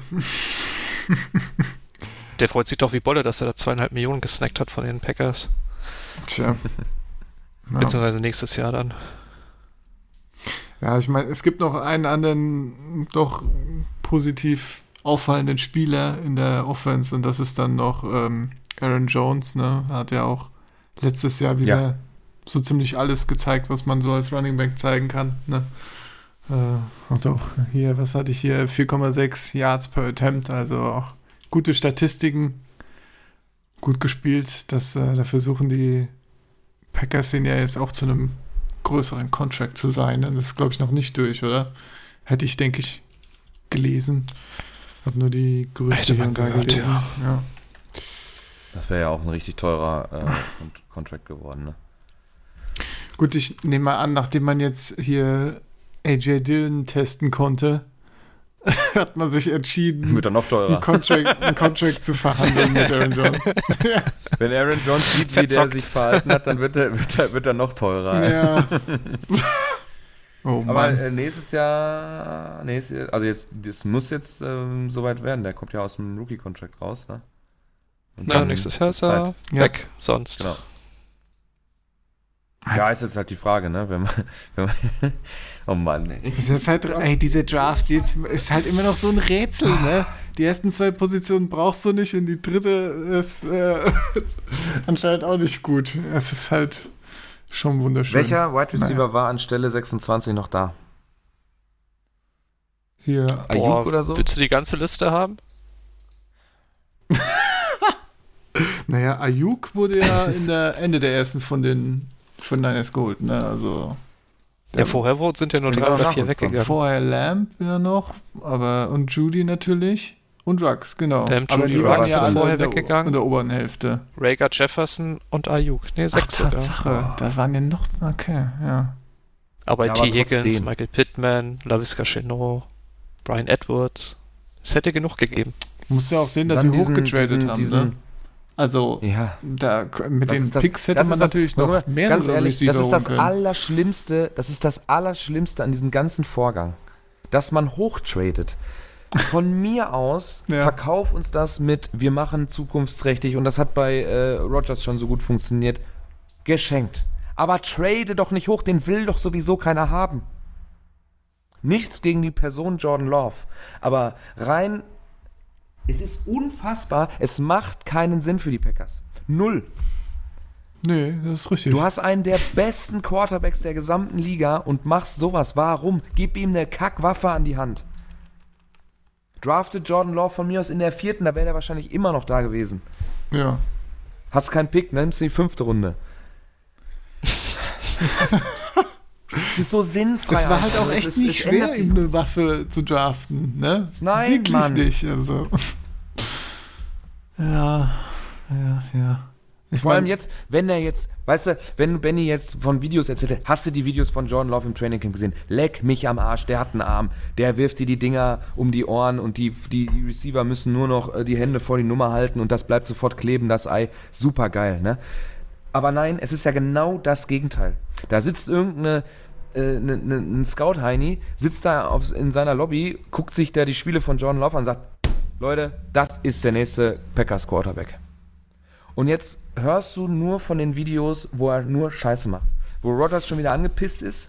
B: Der freut sich doch wie Bolle, dass er da zweieinhalb Millionen gesnackt hat von den Packers.
A: Tja.
B: Ja. Beziehungsweise nächstes Jahr dann.
A: Ja, ich meine, es gibt noch einen anderen doch positiv auffallenden Spieler in der Offense und das ist dann noch ähm, Aaron Jones, ne? Hat ja auch letztes Jahr wieder ja. so ziemlich alles gezeigt, was man so als Running Back zeigen kann, ne? Äh, und auch hier, was hatte ich hier? vier Komma sechs Yards per Attempt, also auch gute Statistiken, gut gespielt. Das, äh, da versuchen die Packers ihn ja jetzt auch zu einem größeren Contract zu sein. Das ist, glaube ich, noch nicht durch, oder? Hätte ich, denke ich, gelesen. Habe nur die Gerüchte hier und da gelesen. Ja. Ja.
C: Das wäre ja auch ein richtig teurer äh, Contract geworden, ne?
A: Gut, ich nehme mal an, nachdem man jetzt hier A J Dillon testen konnte, hat man sich entschieden,
C: wird er noch teurer.
A: Einen Contract, einen Contract zu verhandeln mit Aaron Jones. Ja.
C: Wenn Aaron Jones sieht, wie Verzockt. der sich verhalten hat, dann wird er, wird er, wird er noch teurer.
A: Ja. Oh,
C: aber äh, nächstes Jahr, nächstes Jahr, also jetzt, das muss jetzt ähm, soweit werden. Der kommt ja aus dem Rookie-Contract raus, ne?
B: Und ja, nächstes Jahr ist er ja. weg, sonst.
C: Genau. Ja, ist jetzt halt die Frage, ne? Wenn man, wenn man oh Mann, ey.
A: Diese, ey, diese Draft jetzt ist halt immer noch so ein Rätsel, ne? Die ersten zwei Positionen brauchst du nicht und die dritte ist äh, anscheinend auch nicht gut. Es ist halt schon wunderschön.
C: Welcher Wide Receiver naja. war an Stelle sechsundzwanzig noch da?
A: Hier.
B: Ayuk oder so? Willst du die ganze Liste haben?
A: Naja, Ayuk wurde ja in der Ende der ersten von den von Niners geholt, ne? Also.
B: Ja, vorher sind ja nur drei oder vier weggegangen.
A: Vorher Lamb ja noch, aber und Judy natürlich und Ruggs, genau.
B: Lamb,
A: aber
B: Judy,
A: die waren
B: Ruggs
A: ja alle
B: vorher
A: in der,
B: weggegangen.
A: In der oberen Hälfte.
B: Rager Jefferson und Ayuk. Nee, sechs
A: sogar. Tatsache. Das waren ja noch, okay, ja.
B: Aber
C: ja,
B: T. Higgins, Michael Pittman, Laviska Shenault, Brian Edwards. Es hätte genug gegeben.
A: Du musst ja auch sehen, dass sie hochgetradet haben,
C: diesen,
A: ne? Also,
C: ja.
A: da, mit
C: das
A: den
C: das,
A: Picks hätte man natürlich
C: das,
A: noch mehr.
C: Ganz ehrlich, das ist das
A: können.
C: Allerschlimmste, das ist das Allerschlimmste an diesem ganzen Vorgang, dass man hochtradet. Von mir aus, ja. verkauf uns das mit, wir machen zukunftsträchtig und das hat bei äh, Rodgers schon so gut funktioniert, geschenkt. Aber trade doch nicht hoch, den will doch sowieso keiner haben. Nichts gegen die Person Jordan Love, aber rein es ist unfassbar, es macht keinen Sinn für die Packers. Null.
A: Nee, das ist richtig.
C: Du hast einen der besten Quarterbacks der gesamten Liga und machst sowas. Warum? Gib ihm eine Kackwaffe an die Hand. Drafted Jordan Love von mir aus in der vierten, da wäre der wahrscheinlich immer noch da gewesen.
A: Ja.
C: Hast keinen Pick, nimmst die fünfte Runde. Es ist so sinnfrei.
A: Es war halt auch echt ist, nicht schwer, ihm eine Waffe zu draften, ne?
C: Nein,
A: Wirklich
C: Mann.
A: nicht, also. Ja, ja, ja.
C: Ich Vor allem jetzt, wenn er jetzt, weißt du, wenn Benny jetzt von Videos erzählt, hast du die Videos von Jordan Love im Trainingcamp gesehen? Leck mich am Arsch, der hat einen Arm, der wirft dir die Dinger um die Ohren und die, die, die Receiver müssen nur noch die Hände vor die Nummer halten und das bleibt sofort kleben, das Ei. Super geil, ne? Aber nein, es ist ja genau das Gegenteil. Da sitzt irgendeine äh, ne, ne, ein Scout-Heini, sitzt da auf, in seiner Lobby, guckt sich da die Spiele von Jordan Love an und sagt, Leute, das ist der nächste Packers-Quarterback. Und jetzt hörst du nur von den Videos, wo er nur Scheiße macht. Wo Rodgers schon wieder angepisst ist.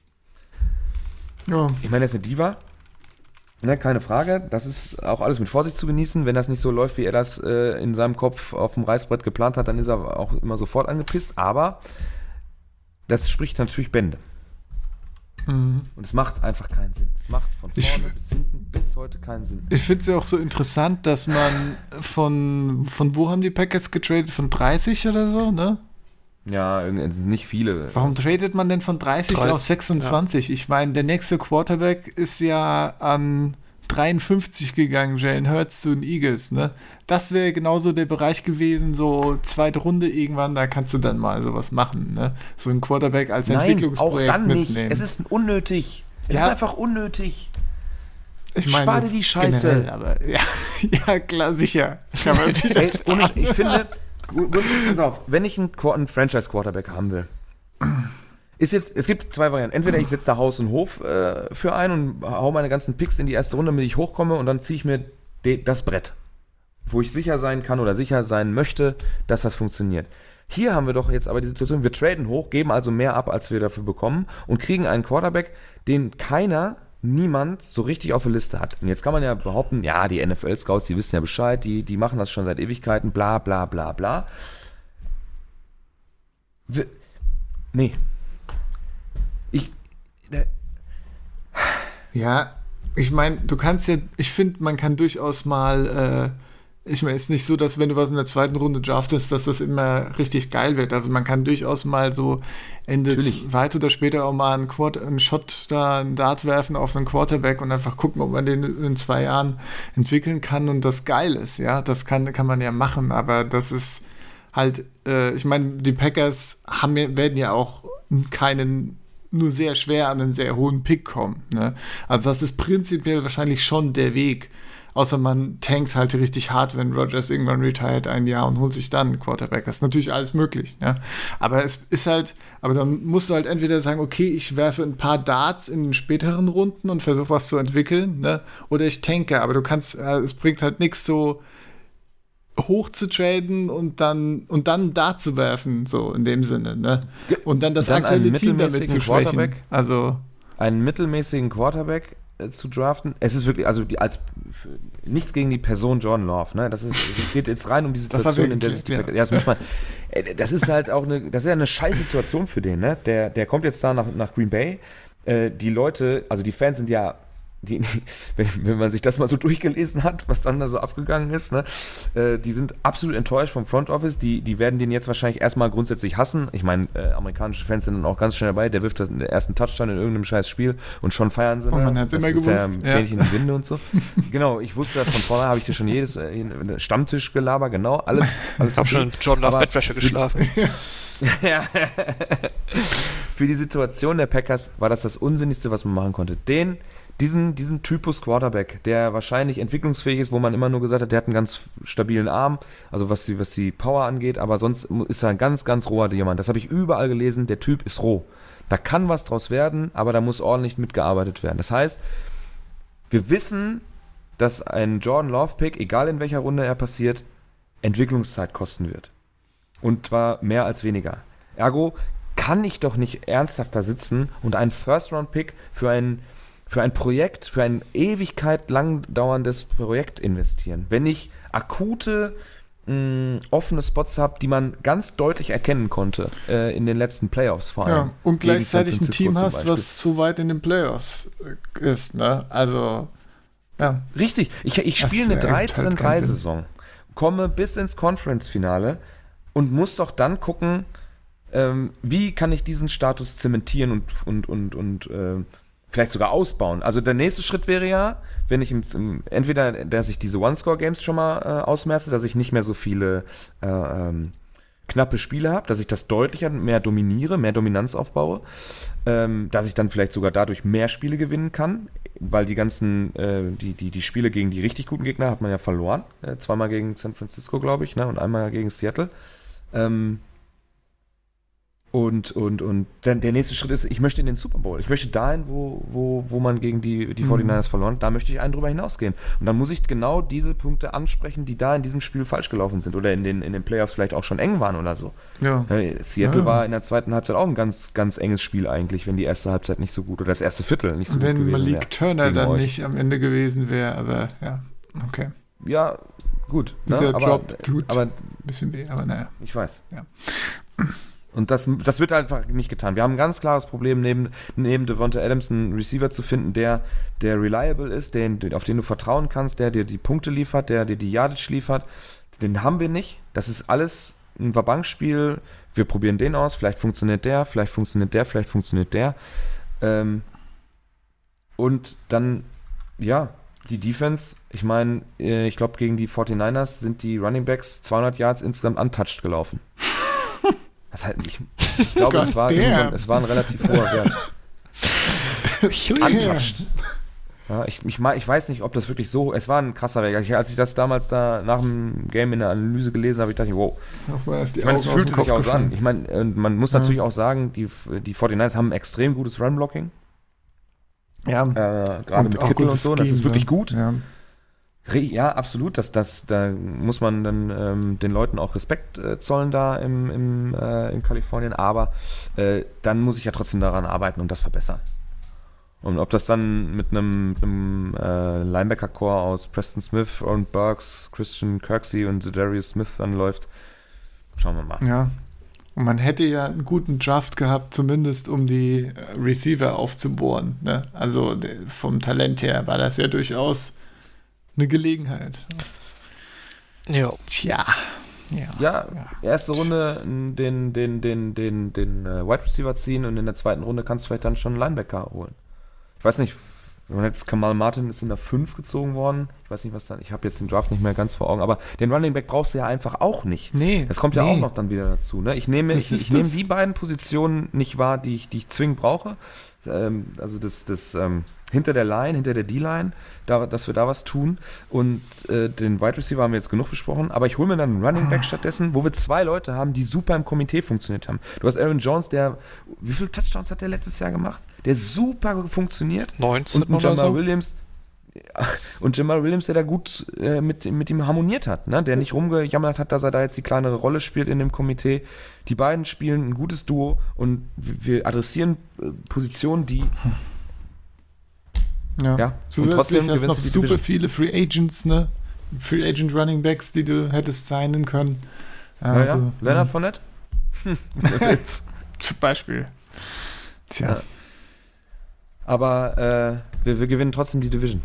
A: Ja.
C: Ich meine, er ist eine Diva. Ne, keine Frage. Das ist auch alles mit Vorsicht zu genießen. Wenn das nicht so läuft, wie er das äh, in seinem Kopf auf dem Reißbrett geplant hat, dann ist er auch immer sofort angepisst. Aber das spricht natürlich Bände. Mhm. Und es macht einfach keinen Sinn. Es macht von vorne ich, bis hinten bis heute keinen Sinn.
A: Ich finde es ja auch so interessant, dass man von, von wo haben die Packers getradet? Von dreißig oder so, ne?
C: Ja, nicht viele.
A: Warum tradet man denn von dreißig, dreißig auf sechsundzwanzig? Ja. Ich meine, der nächste Quarterback ist ja an dreiundfünfzig gegangen, Jalen Hurts zu den Eagles, ne? Das wäre genauso der Bereich gewesen, so zweite Runde irgendwann, da kannst du dann mal sowas machen, ne? So ein Quarterback als
C: Nein,
A: Entwicklungsprojekt
C: auch dann
A: mitnehmen.
C: nicht. Es ist unnötig. Es
A: Ja.
C: ist einfach unnötig.
A: Ich meine,
C: Spar dir
A: jetzt
C: die Scheiße.
A: generell, aber ja, ja, klar, sicher. Kann man sich
C: Ey,
A: das
C: ohne, ich finde, gut, gut, pass auf, wenn ich einen, Qu- einen Franchise-Quarterback haben will, ist jetzt, es gibt zwei Varianten. Entweder ich setze da Haus und Hof äh, für ein und hau meine ganzen Picks in die erste Runde, damit ich hochkomme und dann ziehe ich mir de, das Brett, wo ich sicher sein kann oder sicher sein möchte, dass das funktioniert. Hier haben wir doch jetzt aber die Situation, wir traden hoch, geben also mehr ab, als wir dafür bekommen und kriegen einen Quarterback, den keiner, niemand so richtig auf der Liste hat. Und jetzt kann man ja behaupten, ja, die N F L-Scouts, die wissen ja Bescheid, die, die machen das schon seit Ewigkeiten, bla bla bla bla. Wir, nee. Ich, äh,
A: Ja, ich meine, du kannst ja, ich finde, man kann durchaus mal, äh, ich meine, es ist nicht so, dass wenn du was in der zweiten Runde draftest, dass das immer richtig geil wird. Also man kann durchaus mal so Ende
C: Natürlich.
A: weit oder später auch mal einen, Quart einen Shot da, einen Dart werfen auf einen Quarterback und einfach gucken, ob man den in zwei Jahren entwickeln kann und das geil ist, ja. Das kann, kann man ja machen, aber das ist halt, äh, ich meine, die Packers haben ja, werden ja auch keinen nur sehr schwer an einen sehr hohen Pick kommen. Ne? Also das ist prinzipiell wahrscheinlich schon der Weg. Außer man tankt halt richtig hart, wenn Rodgers irgendwann retired ein Jahr und holt sich dann einen Quarterback. Das ist natürlich alles möglich. Ne? Aber es ist halt, aber dann musst du halt entweder sagen, okay, ich werfe ein paar Darts in den späteren Runden und versuche was zu entwickeln, ne? Oder ich tanke. Aber du kannst, äh, es bringt halt nichts so hoch zu traden und dann und dann Dart zu werfen, so in dem Sinne, ne? Und dann das
C: Dann
A: aktuelle
C: einen
A: Team damit zu
C: mittelmäßigen
A: schwächen.
C: Quarterback.
A: Also
C: einen mittelmäßigen Quarterback äh, zu draften. Es ist wirklich, also die, als f- nichts gegen die Person Jordan Love, ne? Das ist, es geht jetzt rein um die
A: Das haben
C: Situation,
A: wir
C: in der sich die
A: geklärt,
C: Packers, ja, das muss man, äh, das ist halt auch eine, das ist ja eine scheiß Situation für den, ne? Der, der kommt jetzt da nach, nach Green Bay. Äh, die Leute, also die Fans sind ja, die, wenn, wenn man sich das mal so durchgelesen hat, was dann da so abgegangen ist, ne, äh, die sind absolut enttäuscht vom Front Office, die, die werden den jetzt wahrscheinlich erstmal grundsätzlich hassen. Ich meine, äh, amerikanische Fans sind dann auch ganz schnell dabei, der wirft das, den ersten Touchdown in irgendeinem scheiß Spiel und schon feiern sie.
A: Oh, man
C: ne?
A: hat's
C: Das
A: immer
C: ist der
A: gewusst, ja.
C: Fähnchen im Winde und so. Genau, ich wusste das von vorne, habe ich dir schon jedes äh, Stammtischgelaber, genau, alles. alles
B: Ich habe schon in John Love
C: Aber
B: Bettwäsche geschlafen.
C: ja. Für die Situation der Packers war das das Unsinnigste, was man machen konnte. Den, diesen, diesen Typus Quarterback, der wahrscheinlich entwicklungsfähig ist, wo man immer nur gesagt hat, der hat einen ganz stabilen Arm, also was die, was die Power angeht, aber sonst ist er ein ganz, ganz roher jemand. Das habe ich überall gelesen, der Typ ist roh. Da kann was draus werden, aber da muss ordentlich mitgearbeitet werden. Das heißt, wir wissen, dass ein Jordan Love-Pick, egal in welcher Runde er passiert, Entwicklungszeit kosten wird. Und zwar mehr als weniger. Ergo kann ich doch nicht ernsthaft da sitzen und einen First-Round-Pick für ein, für ein Projekt, für ein Ewigkeit lang dauerndes Projekt investieren. Wenn ich akute, mh, offene Spots habe, die man ganz deutlich erkennen konnte äh, in den letzten Playoffs vor allem.
A: ja, und
C: Gegen
A: gleichzeitig
C: San
A: ein Team
C: Francisco
A: hast,
C: zum Beispiel.
A: was zu weit in den Playoffs äh, ist, ne? Also, ja.
C: Richtig, ich, ich
A: Das
C: spiele eine
A: ergibt halt
C: dreizehn drei
A: keinen Sinn.
C: Saison, komme bis ins Conference-Finale und muss doch dann gucken, ähm, wie kann ich diesen Status zementieren und, und, und, und äh, vielleicht sogar ausbauen. Also der nächste Schritt wäre ja, wenn ich im, im, entweder, dass ich diese One-Score-Games schon mal äh, ausmerze, dass ich nicht mehr so viele äh, ähm, knappe Spiele habe, dass ich das deutlicher mehr dominiere, mehr Dominanz aufbaue, ähm, dass ich dann vielleicht sogar dadurch mehr Spiele gewinnen kann, weil die ganzen, äh, die, die, die Spiele gegen die richtig guten Gegner hat man ja verloren. Äh, zweimal gegen San Francisco, glaube ich, ne, und einmal gegen Seattle. Ähm, und, und, und dann der nächste Schritt ist, ich möchte in den Super Bowl. Ich möchte dahin, wo, wo, wo man gegen die, die
A: Mhm.
C: forty-niners verloren hat, da möchte ich einen drüber hinausgehen. Und dann muss ich genau diese Punkte ansprechen, die da in diesem Spiel falsch gelaufen sind oder in den, in den Playoffs vielleicht auch schon eng waren oder so.
A: Ja.
C: Äh, Seattle
A: Ja.
C: war in der zweiten Halbzeit auch ein ganz, ganz enges Spiel eigentlich, wenn die erste Halbzeit nicht so gut oder das erste Viertel nicht so
A: Wenn
C: gut gewesen
A: Malik
C: wäre.
A: Turner
C: gegen
A: dann
C: euch.
A: nicht am Ende gewesen wäre, aber ja, okay.
C: Ja, gut.
A: Dieser
C: ne? aber,
A: Drop tut
C: aber
A: ein bisschen weh, aber naja.
C: ich weiß.
A: Ja.
C: Und das, das wird einfach nicht getan. Wir haben ein ganz klares Problem, neben, neben Devonta Adams einen Receiver zu finden, der, der reliable ist, der, auf den du vertrauen kannst, der dir die Punkte liefert, der dir die Yardage liefert. Den haben wir nicht. Das ist alles ein Wabankspiel. Wir probieren den aus. Vielleicht funktioniert der, vielleicht funktioniert der, vielleicht funktioniert der. Ähm, und dann, ja, die Defense, ich meine, ich glaube, gegen die forty-niners sind die Running Backs zweihundert Yards insgesamt untouched gelaufen. Das halt nicht. Ich glaube, es war, es war ein relativ hoher Wert. Untouched. Ja, ich, ich, ich weiß nicht, ob das wirklich so, es war ein krasser Weg. Also ich, als ich das damals da nach dem Game in der Analyse gelesen habe, ich dachte, wow. Ich meine, es fühlte sich auch so an. Ich meine, man muss ja. natürlich auch sagen, die, die forty-niners haben ein extrem gutes Run-Blocking. Ja. Äh, gerade mit Kittel und so, Scheme, das ist wirklich gut. Ja, ja absolut. Das, das, da muss man dann ähm, den Leuten auch Respekt äh, zollen da im, im, äh, in Kalifornien. Aber äh, dann muss ich ja trotzdem daran arbeiten und das verbessern. Und ob das dann mit einem, mit einem äh, Linebacker-Core aus Preston Smith und Burks, Christian Kirksey und Za'Darius Smith dann läuft, schauen wir mal.
A: Ja, und man hätte ja einen guten Draft gehabt, zumindest um die Receiver aufzubohren. Ne? Also vom Talent her war das ja durchaus eine Gelegenheit.
B: Ja.
A: Tja.
C: Ja, ja, erste Runde den, den, den, den, den uh, Wide Receiver ziehen und in der zweiten Runde kannst du vielleicht dann schon einen Linebacker holen. Ich weiß nicht, jetzt Kamal Martin ist in der fünf gezogen worden. Ich weiß nicht, was dann. Ich habe jetzt den Draft nicht mehr ganz vor Augen, aber den Running Back brauchst du ja einfach auch nicht.
A: Nee.
C: Das kommt
A: nee.
C: ja auch noch dann wieder dazu. Ne? Ich nehme, ich, ich nehme die beiden Positionen nicht wahr, die ich, die ich zwingend brauche. Ähm, also das, das ähm, hinter der Line, hinter der D-Line, da, dass wir da was tun. Und äh, den Wide Receiver haben wir jetzt genug besprochen, aber ich hole mir dann einen Running Back stattdessen, wo wir zwei Leute haben, die super im Komitee funktioniert haben. Du hast Aaron Jones, der, wie viele Touchdowns hat der letztes Jahr gemacht? Der super funktioniert.
B: neunzehn
C: und ein Jamal so. Williams und Jamal Williams, der da gut äh, mit, mit ihm harmoniert hat, ne? Der nicht rumgejammert hat, dass er da jetzt die kleinere Rolle spielt in dem Komitee. Die beiden spielen ein gutes Duo und wir adressieren äh, Positionen, die
A: ja, ja. Zusätzlich hast du noch super Division. Viele Free Agents, ne? Free Agent Running Backs, die du hättest signen können.
C: Ja, also, ja. Leonard Fournette? Hm.
A: Zum Beispiel. Tja. Ja.
C: Aber äh, wir, wir gewinnen trotzdem die Division.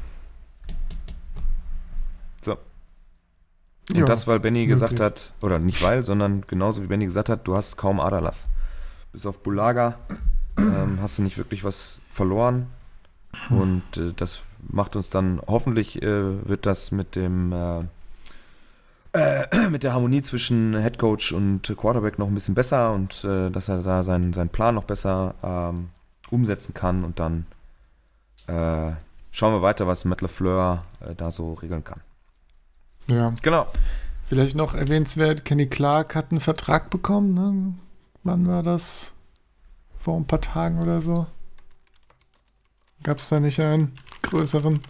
C: So. Und jo, das, weil Benny gesagt möglich. hat, oder nicht weil, sondern genauso wie Benny gesagt hat, du hast kaum Aderlass. Bis auf Bulaga ähm, hast du nicht wirklich was verloren. Und äh, das macht uns dann, hoffentlich äh, wird das mit dem äh, äh, mit der Harmonie zwischen Headcoach und Quarterback noch ein bisschen besser und äh, dass er da seinen, seinen Plan noch besser ähm, umsetzen kann und dann äh, schauen wir weiter, was Matt LaFleur äh, da so regeln kann.
A: Ja.
C: Genau.
A: Vielleicht noch erwähnenswert, Kenny Clark hat einen Vertrag bekommen, ne? Wann war das? Vor ein paar Tagen oder so? Gab es da nicht einen größeren?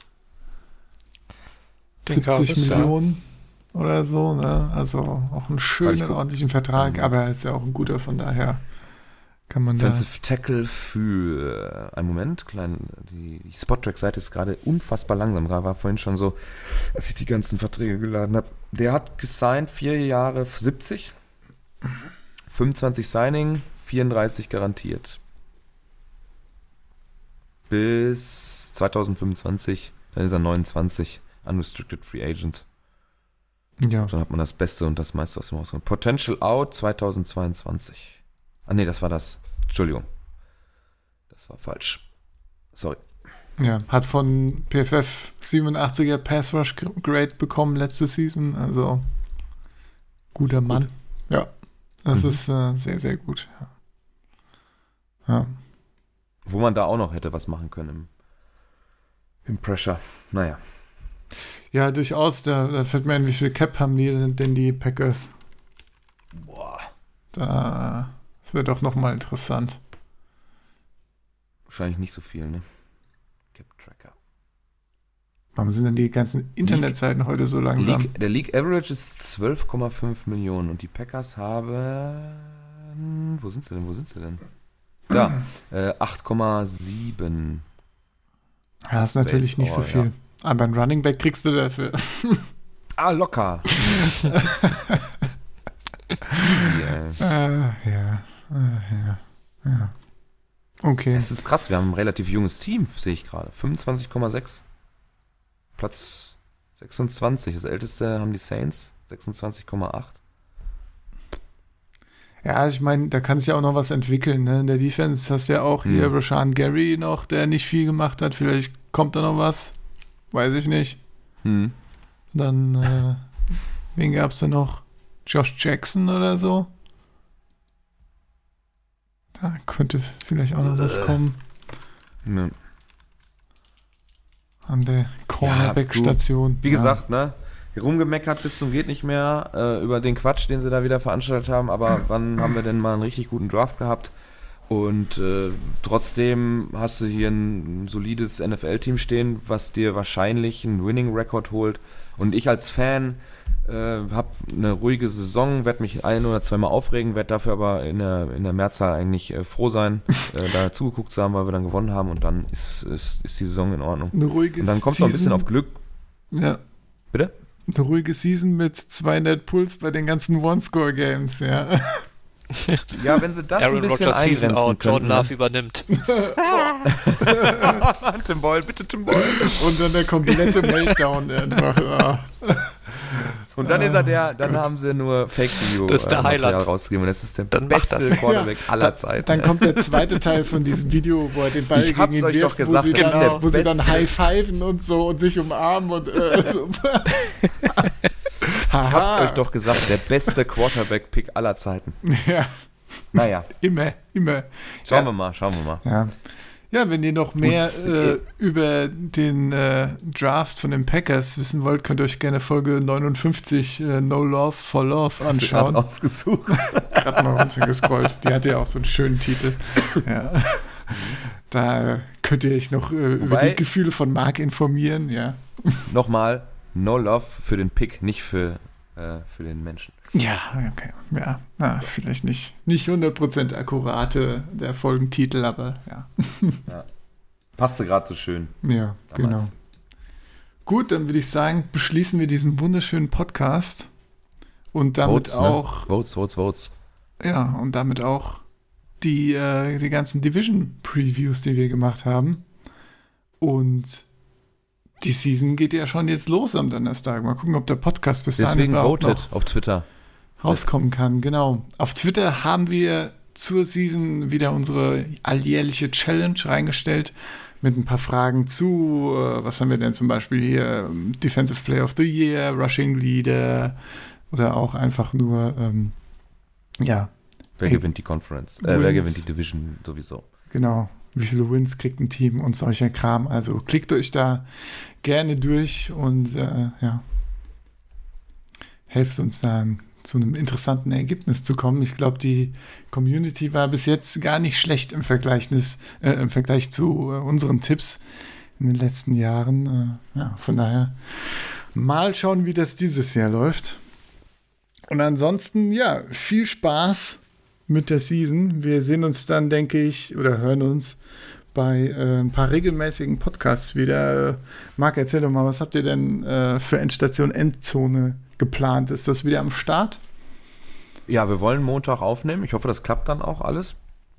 A: Den siebzig Millionen ja. oder so, ne? Also auch einen schönen, ordentlichen Vertrag, mhm. aber er ist ja auch ein guter, von daher kann man
C: Offensive da... Tackle für... Einen Moment, klein, die, die Spot-Track-Seite ist gerade unfassbar langsam. Gerade war vorhin schon so, als ich die ganzen Verträge geladen habe. Der hat gesigned, vier Jahre siebzig, fünfundzwanzig Signing, vierunddreißig garantiert. Bis zwanzig fünfundzwanzig, dann ist er neunundzwanzig, Unrestricted Free Agent.
A: Ja.
C: Dann hat man das Beste und das meiste aus dem Haus. Potential Out zweitausendzweiundzwanzig. Ah nee, das war das. Entschuldigung. Das war falsch. Sorry.
A: Ja, hat von P F F siebenundachtziger Pass Rush Grade bekommen letzte Season, also guter Mann. Gut. Ja, das mhm. ist äh, sehr, sehr gut. Ja. ja.
C: Wo man da auch noch hätte was machen können im, im Pressure. Naja.
A: Ja, durchaus. Da, da fällt mir ein, wie viel Cap haben die denn, denn die Packers?
C: Boah.
A: Da, das wäre doch nochmal interessant.
C: Wahrscheinlich nicht so viel, ne? Cap-Tracker.
A: Warum sind denn die ganzen Internetseiten League, heute so langsam?
C: League, der League Average ist zwölf Komma fünf Millionen und die Packers haben... Wo sind sie denn? Wo sind sie denn? Da, äh, acht Komma sieben.
A: Ja, das ist natürlich nicht so viel. Ja. Aber ein Running Back kriegst du dafür.
C: Ah, locker. Easy, ey.
A: Ah, ja. Ah, ja. Ja. Okay.
C: Es ist krass, wir haben ein relativ junges Team, sehe ich gerade. fünfundzwanzig Komma sechs. Platz sechsundzwanzig. Das älteste haben die Saints. sechsundzwanzig Komma acht.
A: Ja, ich meine, da kann sich ja auch noch was entwickeln. Ne? In der Defense hast du ja auch hier mhm. Rashan Gary noch, der nicht viel gemacht hat. Vielleicht kommt da noch was. weiß ich nicht.
C: Hm.
A: Dann, äh, wen gab's da noch? Josh Jackson oder so? Da könnte vielleicht auch noch was kommen.
C: Ja.
A: An der Cornerback-Station.
C: Wie gesagt, ne? Rumgemeckert bis zum geht nicht mehr äh, über den Quatsch, den sie da wieder veranstaltet haben, aber wann haben wir denn mal einen richtig guten Draft gehabt? Und äh, trotzdem hast du hier ein solides N F L-Team stehen, was dir wahrscheinlich einen Winning-Record holt. Und ich als Fan äh, habe eine ruhige Saison, werde mich ein- oder zweimal aufregen, werde dafür aber in der, in der Mehrzahl eigentlich äh, froh sein, äh, da zugeguckt zu haben, weil wir dann gewonnen haben und dann ist, ist, ist die Saison in Ordnung.
A: Eine ruhige
C: Und dann kommt es noch ein bisschen auf Glück.
A: Ja.
C: Bitte?
A: Eine ruhige Season mit zweihundert Puls bei den ganzen One-Score-Games, ja.
C: Ja, wenn sie das
B: Aaron
C: ein bisschen
B: Rodgers Season
C: eingrenzen
B: out, Jordan
C: können.
B: Love übernimmt.
C: Tim Boyle, bitte Tim Boyle.
A: Und dann der komplette Meltdown einfach. Ja.
C: Und dann
A: Ah,
C: ist er der, dann
A: Gott.
C: haben sie nur Fake-Video
B: Das ist der
C: äh, Material
B: Highlight.
C: rausgegeben und das ist der
B: Dann macht
C: beste
B: das.
C: Quarterback
A: Ja.
C: aller Zeiten.
A: Dann kommt der zweite Teil von diesem Video, wo er den Ball
C: Ich hab's
A: gegen ihn
C: euch
A: wirft,
C: doch gesagt,
A: wo, sie
C: das ist
A: dann,
C: der
A: wo sie dann
C: beste.
A: high-fiven und so und sich umarmen und äh, so.
C: Ich hab's euch doch gesagt, der beste Quarterback-Pick aller Zeiten.
A: Ja,
C: Naja,
A: immer, immer.
C: schauen
A: Ja.
C: wir mal, schauen wir mal.
A: Ja. Ja, wenn ihr noch mehr äh, über den äh, Draft von den Packers wissen wollt, könnt ihr euch gerne Folge neunundfünfzig äh, No Love for Love
C: Hast du gerade
A: anschauen.
C: ausgesucht?
A: Gerade mal runtergescrollt. Die hatte ja auch so einen schönen Titel. Ja. Da könnt ihr euch noch äh, über
C: Wobei-
A: die Gefühle von Marc informieren. Ja,
C: Nochmal, no love für den Pick, nicht für, äh, für den Menschen.
A: ja, okay. Ja, na, vielleicht nicht, nicht hundert Prozent akkurate der Folgentitel, aber ja.
C: Passte gerade so schön.
A: Ja, genau.
C: damals.
A: Gut, dann würde ich sagen, beschließen wir diesen wunderschönen Podcast und damit
C: Votes, ne?
A: auch,
C: Votes, Votes, Votes.
A: ja, und damit auch die, äh, die ganzen Division-Previews, die wir gemacht haben. Und die Season geht ja schon jetzt los am Donnerstag. Mal gucken, ob der Podcast bis dahin
C: Deswegen
A: überhaupt
C: votet
A: noch
C: auf Twitter.
A: rauskommen kann. Genau. Auf Twitter haben wir zur Season wieder unsere alljährliche Challenge reingestellt mit ein paar Fragen zu, äh, was haben wir denn zum Beispiel hier, ähm, Defensive Player of the Year, Rushing Leader oder auch einfach nur, ähm, ja,
C: Wer
A: Hey,
C: gewinnt die Conference? Äh, wer
A: Wins.
C: gewinnt die Division sowieso?
A: genau, wie viele Wins kriegt ein Team und solcher Kram. Also klickt euch da gerne durch und äh, ja, helft uns dann zu einem interessanten Ergebnis zu kommen. Ich glaube, die Community war bis jetzt gar nicht schlecht im Vergleich, äh, im Vergleich zu äh, unseren Tipps in den letzten Jahren. Äh, ja, von daher mal schauen, wie das dieses Jahr läuft. Und ansonsten, ja, viel Spaß mit der Season. Wir sehen uns dann, denke ich, oder hören uns bei äh, ein paar regelmäßigen Podcasts wieder. Äh, Marc, erzähl doch mal, was habt ihr denn äh, für Endstation Endzone geplant? Ist das wieder am Start?
C: Ja, wir wollen Montag aufnehmen. Ich hoffe, das klappt dann auch alles.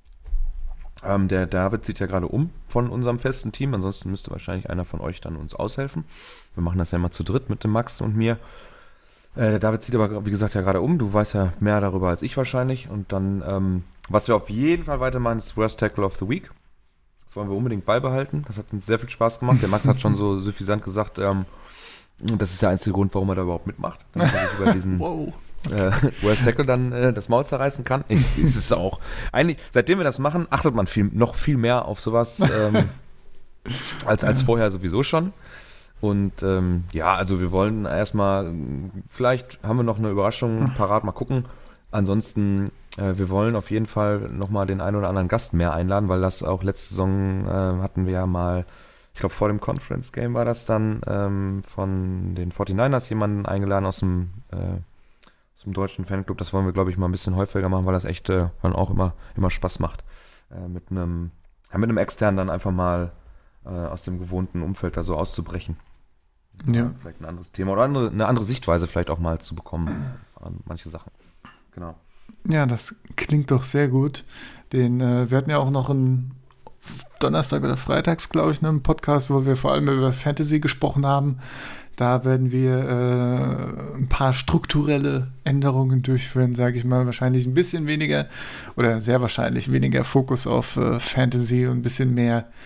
C: Ähm, der David zieht ja gerade um von unserem festen Team. Ansonsten müsste wahrscheinlich einer von euch dann uns aushelfen. Wir machen das ja immer zu dritt mit dem Max und mir. Äh, der David zieht aber, wie gesagt, ja gerade um. Du weißt ja mehr darüber als ich wahrscheinlich. Und dann, ähm, was wir auf jeden Fall weitermachen, ist Worst Tackle of the Week. Das wollen wir unbedingt beibehalten. Das hat uns sehr viel Spaß gemacht. Der Max hat schon so suffisant gesagt, ähm, das ist der einzige Grund, warum er da überhaupt mitmacht. Damit er sich über diesen
A: Wow.
C: äh, Worst Tackle dann äh, das Maul zerreißen kann. Ist, ist es auch. Eigentlich, seitdem wir das machen, achtet man viel, noch viel mehr auf sowas ähm, als, als vorher sowieso schon. Und ähm, ja, also wir wollen erstmal, vielleicht haben wir noch eine Überraschung parat, mal gucken. Ansonsten, äh, wir wollen auf jeden Fall nochmal den einen oder anderen Gast mehr einladen, weil das auch letzte Saison äh, hatten wir ja mal, ich glaube vor dem Conference Game war das dann, ähm, von den forty-niners jemanden eingeladen aus dem, äh, aus dem deutschen Fanclub. Das wollen wir, glaube ich, mal ein bisschen häufiger machen, weil das echt äh, dann auch immer, immer Spaß macht. Äh, mit einem, ja, mit einem externen dann einfach mal äh, aus dem gewohnten Umfeld da so auszubrechen.
A: Ja.
C: Vielleicht ein anderes Thema oder andere, eine andere Sichtweise vielleicht auch mal zu bekommen an manche Sachen. Genau.
A: Ja, das klingt doch sehr gut. Den, äh, wir hatten ja auch noch einen Donnerstag oder Freitags, glaube ich, einen Podcast, wo wir vor allem über Fantasy gesprochen haben. Da werden wir äh, ein paar strukturelle Änderungen durchführen, sage ich mal. Wahrscheinlich ein bisschen weniger oder sehr wahrscheinlich weniger Fokus auf äh, Fantasy und ein bisschen mehr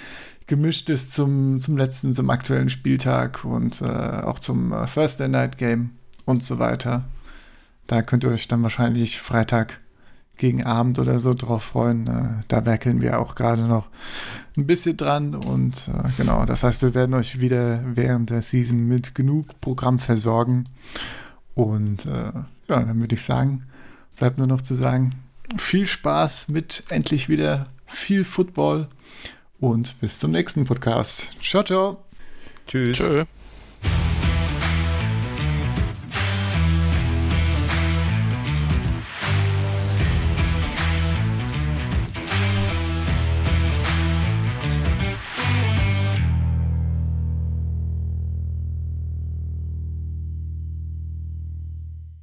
A: gemischt ist zum, zum letzten, zum aktuellen Spieltag und äh, auch zum äh, Thursday Night Game und so weiter. Da könnt ihr euch dann wahrscheinlich Freitag gegen Abend oder so drauf freuen. Äh, da werkeln wir auch gerade noch ein bisschen dran und äh, genau, das heißt, wir werden euch wieder während der Season mit genug Programm versorgen und äh, ja, dann würde ich sagen, bleibt nur noch zu sagen, viel Spaß mit endlich wieder viel Football und bis zum nächsten Podcast. Ciao, ciao.
C: Tschüss.
B: Tschö.